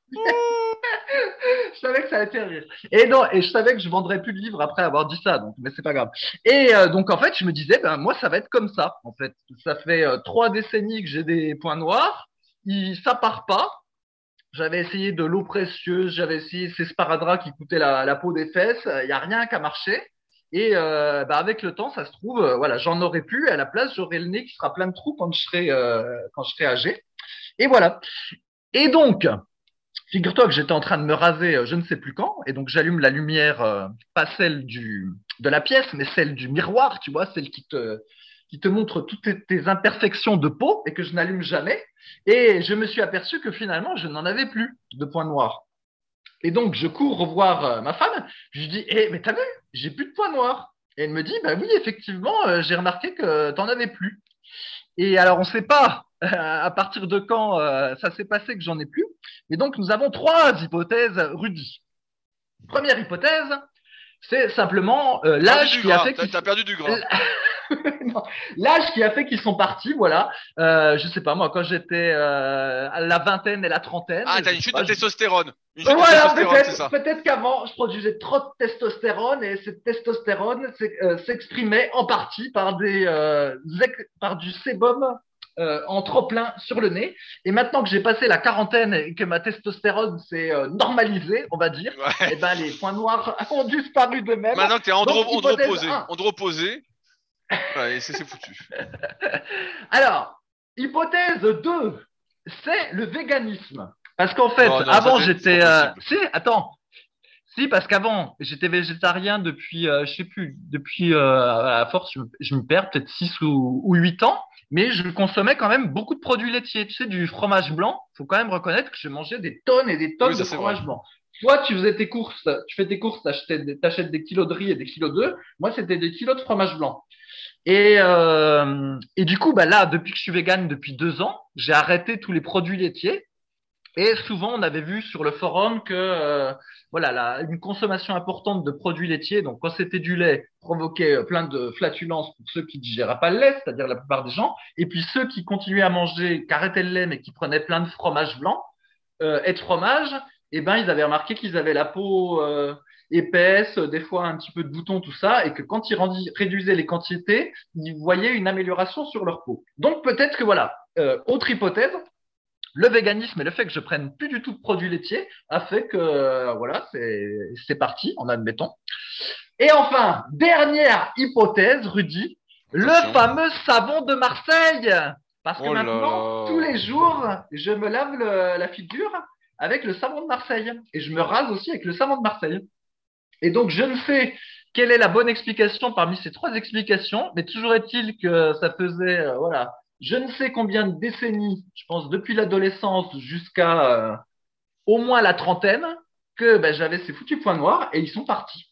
S2: je savais que ça allait faire rire. Et non, et je savais que je vendrais plus de livres après avoir dit ça, donc, mais c'est pas grave. Et euh, donc, en fait, je me disais, ben, moi, ça va être comme ça, en fait. Ça fait euh, trois décennies que j'ai des points noirs. Il, ça part pas. J'avais essayé de l'eau précieuse, j'avais essayé ces sparadraps qui coûtaient la, la peau des fesses. Il y a rien qui a marché. Et euh, bah avec le temps, ça se trouve, euh, voilà, j'en aurai plus. Et à la place, j'aurai le nez qui sera plein de trous quand je serai euh, quand je serai âgé. Et voilà. Et donc, figure-toi que j'étais en train de me raser, euh, je ne sais plus quand, et donc j'allume la lumière, euh, pas celle du de la pièce, mais celle du miroir, tu vois, celle qui te qui te montre toutes tes, tes imperfections de peau et que je n'allume jamais. Et je me suis aperçu que finalement, je n'en avais plus de points noirs. Et donc, je cours revoir euh, ma femme. Je lui dis, eh, mais t'as vu, j'ai plus de points noirs. Et elle me dit, bah oui, effectivement, euh, j'ai remarqué que t'en avais plus. Et alors, on ne sait pas euh, à partir de quand euh, ça s'est passé que j'en ai plus. Et donc, nous avons trois hypothèses, Rudy. Première hypothèse, c'est simplement euh,
S1: Perdu
S2: l'âge
S1: du
S2: qui a
S1: gras.
S2: fait
S1: T'as
S2: qu'ils
S1: t'as perdu du gras.
S2: non, l'âge qui a fait qu'ils sont partis, voilà. Euh, je sais pas moi, quand j'étais euh, à la vingtaine et la trentaine,
S1: Ah,
S2: je
S1: t'as une
S2: sais
S1: chute de
S2: pas, je-
S1: testostérone. Une chute de
S2: voilà,
S1: testostérone, c'est
S2: peut-être,
S1: ça.
S2: peut-être qu'avant, je produisais trop de testostérone et cette testostérone s'ex- euh, s'exprimait en partie par des, euh, ex- par du sébum euh, en trop plein sur le nez. Et maintenant que j'ai passé la quarantaine et que ma testostérone s'est euh, normalisée, on va dire,
S1: Ouais.
S2: eh ben les points noirs ont disparu d'eux-mêmes.
S1: Maintenant que t'es andro
S2: Donc hypothèse
S1: androposé,
S2: un.
S1: androposé, ouais, et c'est c'est foutu.
S2: Alors, hypothèse deux, c'est le véganisme. Parce qu'en fait,
S1: Non, non, ça
S2: avant
S1: c'est c'est
S2: j'étais...
S1: pas
S2: Euh...
S1: possible.
S2: Si, attends. Si, parce qu'avant, j'étais végétarien depuis, euh, je sais plus, depuis, euh, à force, je, me- je me perds, peut-être six ou, ou huit ans, mais je consommais quand même beaucoup de produits laitiers. Tu sais, du fromage blanc, faut quand même reconnaître que je mangeais des tonnes et des
S1: Oui,
S2: tonnes
S1: ça
S2: de
S1: c'est vrai.
S2: fromage blanc. Toi, tu faisais tes courses, tu fais tes courses, t'achètes des, t'achètes des kilos de riz et des kilos d'œufs. Moi, c'était des kilos de fromage blanc. Et, euh, et du coup, bah là, depuis que je suis végane depuis deux ans, j'ai arrêté tous les produits laitiers. Et souvent, on avait vu sur le forum que euh, voilà, la, une consommation importante de produits laitiers, donc quand c'était du lait, provoquait euh, plein de flatulences pour ceux qui digéraient pas le lait, c'est-à-dire la plupart des gens, et puis ceux qui continuaient à manger, qui arrêtaient le lait, mais qui prenaient plein de fromage blanc euh, et de fromage, eh ben, ils avaient remarqué qu'ils avaient la peau euh, épaisse, des fois un petit peu de boutons, tout ça, et que quand ils rendi- réduisaient les quantités, ils voyaient une amélioration sur leur peau. Donc peut-être que voilà, euh, autre hypothèse, le véganisme et le fait que je prenne plus du tout de produits laitiers a fait que euh, voilà, c'est c'est parti, en admettant. Et enfin, dernière hypothèse, Rudy, le
S1: Attention.
S2: fameux savon de Marseille. Parce que
S1: Oh là
S2: maintenant, tous
S1: là.
S2: les jours, je me lave le- la figure avec le savon de Marseille. Et je me rase aussi avec le savon de Marseille. Et donc, je ne sais quelle est la bonne explication parmi ces trois explications, mais toujours est-il que ça faisait, euh, voilà, je ne sais combien de décennies, je pense depuis l'adolescence jusqu'à euh, au moins la trentaine, que ben, j'avais ces foutus points noirs et ils sont partis.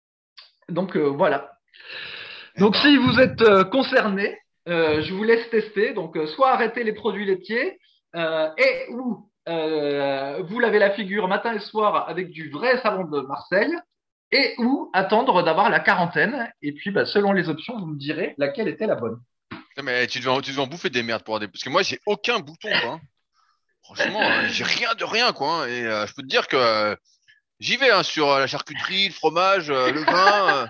S2: Donc euh, voilà.
S1: Eh
S2: Donc
S1: ben,
S2: si vous êtes euh, concerné, euh, je vous laisse tester. Donc euh, soit arrêter les produits laitiers euh, et ou euh, vous lavez la figure matin et soir avec du vrai savon de Marseille et ou attendre d'avoir la quarantaine. Et puis bah, selon les options, vous me direz laquelle était la bonne.
S1: putain, mais tu devais, en- tu devais en bouffer des merdes pour avoir des... Parce que moi, j'ai aucun bouton, quoi, hein. Franchement, hein, j'ai rien de rien, quoi, hein. Et euh, je peux te dire que euh, j'y vais, hein, sur euh, la charcuterie, le fromage, euh, le vin. euh.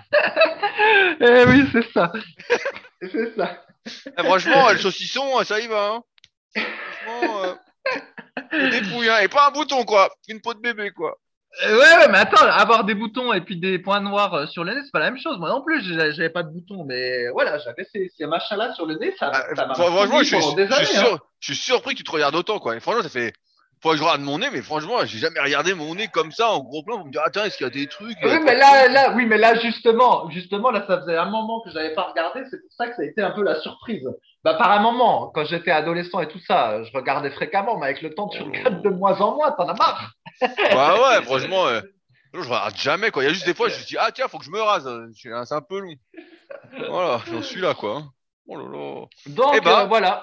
S2: Eh oui, c'est ça. C'est ça.
S1: Eh, franchement, euh, le saucisson, euh, ça y va, hein. Franchement, euh, je me débrouille, hein. Et pas un bouton, quoi. Une peau de bébé, quoi.
S2: Euh, ouais, ouais, mais attends, avoir des boutons et puis des points noirs euh, sur le nez, c'est pas la même chose. Moi non plus, j'ai- j'avais pas de boutons, mais voilà, j'avais ces, ces machins-là sur le nez, ça,
S1: Ah,
S2: ça m'a
S1: fr- franchement,
S2: pourri
S1: je
S2: pendant
S1: suis,
S2: des
S1: je suis
S2: années, hein.
S1: sûr, je suis surpris que tu te regardes autant, quoi. Et franchement, ça fait, faut que je regarde mon nez, mais franchement, j'ai jamais regardé mon nez comme ça, en gros plan, pour me dire, attends, est-ce qu'il y a des trucs, il y a
S2: Oui,
S1: pas
S2: mais
S1: de
S2: là,
S1: trucs.
S2: là, oui, mais là, justement, justement, là, ça faisait un moment que j'avais pas regardé, c'est pour ça que ça a été un peu la surprise. Bah, par un moment, quand j'étais adolescent et tout ça, je regardais fréquemment, mais avec le temps, tu
S1: Oh là
S2: regardes de
S1: là.
S2: moins en moins, t'en as marre.
S1: Bah ouais, franchement, euh, je regarde jamais, quoi. Il y a juste des fois, je me dis, ah tiens, faut que je me rase. C'est c'est un peu long. Voilà, j'en suis là, quoi, hein. Oh là là. Eh
S2: Donc, euh,
S1: bah,
S2: voilà.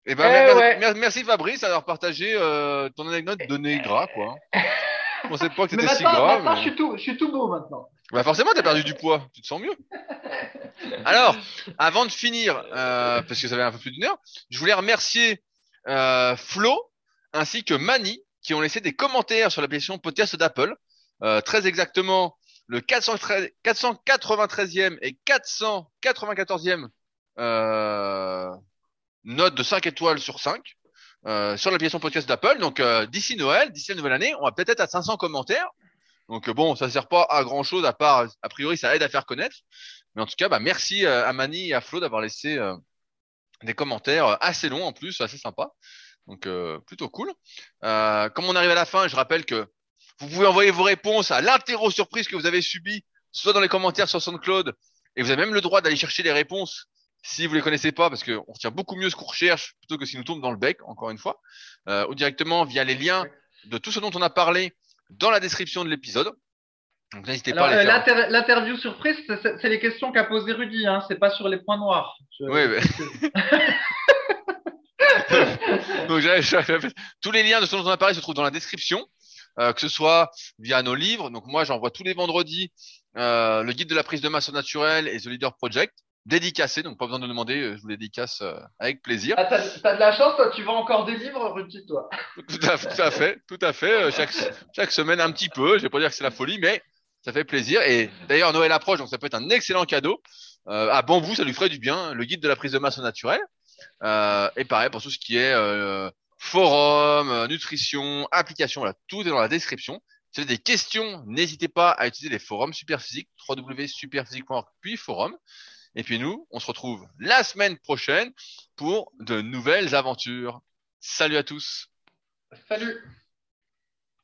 S1: Eh ben,
S2: Eh
S1: mer-
S2: ouais.
S1: mer- merci Fabrice d'avoir partagé euh, ton anecdote de nez gras, quoi. Je pensais pas que
S2: Mais
S1: c'était si
S2: maintenant,
S1: grave,
S2: maintenant, je
S1: mais
S2: suis tout, je suis tout beau maintenant.
S1: bah forcément t'as perdu du poids, tu te sens mieux. Alors, avant de finir, euh, parce que ça fait un peu plus d'une heure, je voulais remercier euh, Flo ainsi que Mani qui ont laissé des commentaires sur l'application podcast d'Apple. Euh, très exactement, le quatre cent treize quatre cent quatre-vingt-treizième et quatre cent quatre-vingt-quatorzième euh, note de cinq étoiles sur cinq euh, sur l'application podcast d'Apple. Donc euh, d'ici Noël, d'ici la nouvelle année, on va peut-être être à cinq cents commentaires. Donc euh, bon, ça sert pas à grand chose à part, a priori, ça aide à faire connaître. Mais en tout cas, bah merci euh, à Mani et à Flo d'avoir laissé euh, des commentaires euh, assez longs en plus, assez sympa. Donc euh, plutôt cool. Euh, comme on arrive à la fin, je rappelle que vous pouvez envoyer vos réponses à l'interro surprise que vous avez subi, soit dans les commentaires sur SoundCloud, et vous avez même le droit d'aller chercher les réponses si vous les connaissez pas, parce qu'on retient beaucoup mieux ce qu'on recherche plutôt que si nous tombe dans le bec, encore une fois, euh, ou directement via les liens de tout ce dont on a parlé dans la description de l'épisode. Donc n'hésitez pas
S2: Alors,
S1: à les
S2: euh,
S1: faire.
S2: l'inter- l'interview surprise, c'est c'est- c'est les questions qu'a posé Rudy, hein, c'est pas sur les points noirs. Je,
S1: Oui,
S2: je
S1: mais...
S2: précise.
S1: Donc, j'avais- j'avais- tous les liens de ce dont on a parlé se trouvent dans la description, euh, que ce soit via nos livres. Donc moi, j'envoie tous les vendredis euh, le guide de la prise de masse au naturel et The Leader Project, dédicacé. Donc pas besoin de demander, euh, je vous les dédicace euh, avec plaisir.
S2: Ah, t'as, t'as de la chance, toi, tu vends encore des livres, Rudy, toi.
S1: Tout à, tout à fait, tout à fait. Euh, chaque, chaque semaine un petit peu. Je vais pas dire que c'est la folie, mais ça fait plaisir. Et d'ailleurs, Noël approche, donc ça peut être un excellent cadeau. Euh, à Bambou, ça lui ferait du bien. Le guide de la prise de masse au naturel. Euh, et pareil pour tout ce qui est euh, forum, euh, nutrition, application, voilà, tout est dans la description. Si vous avez des questions, n'hésitez pas à utiliser les forums Superphysique, w w w point superphysique point org, puis forum. Et puis nous, on se retrouve la semaine prochaine pour de nouvelles aventures. Salut à tous!
S2: Salut!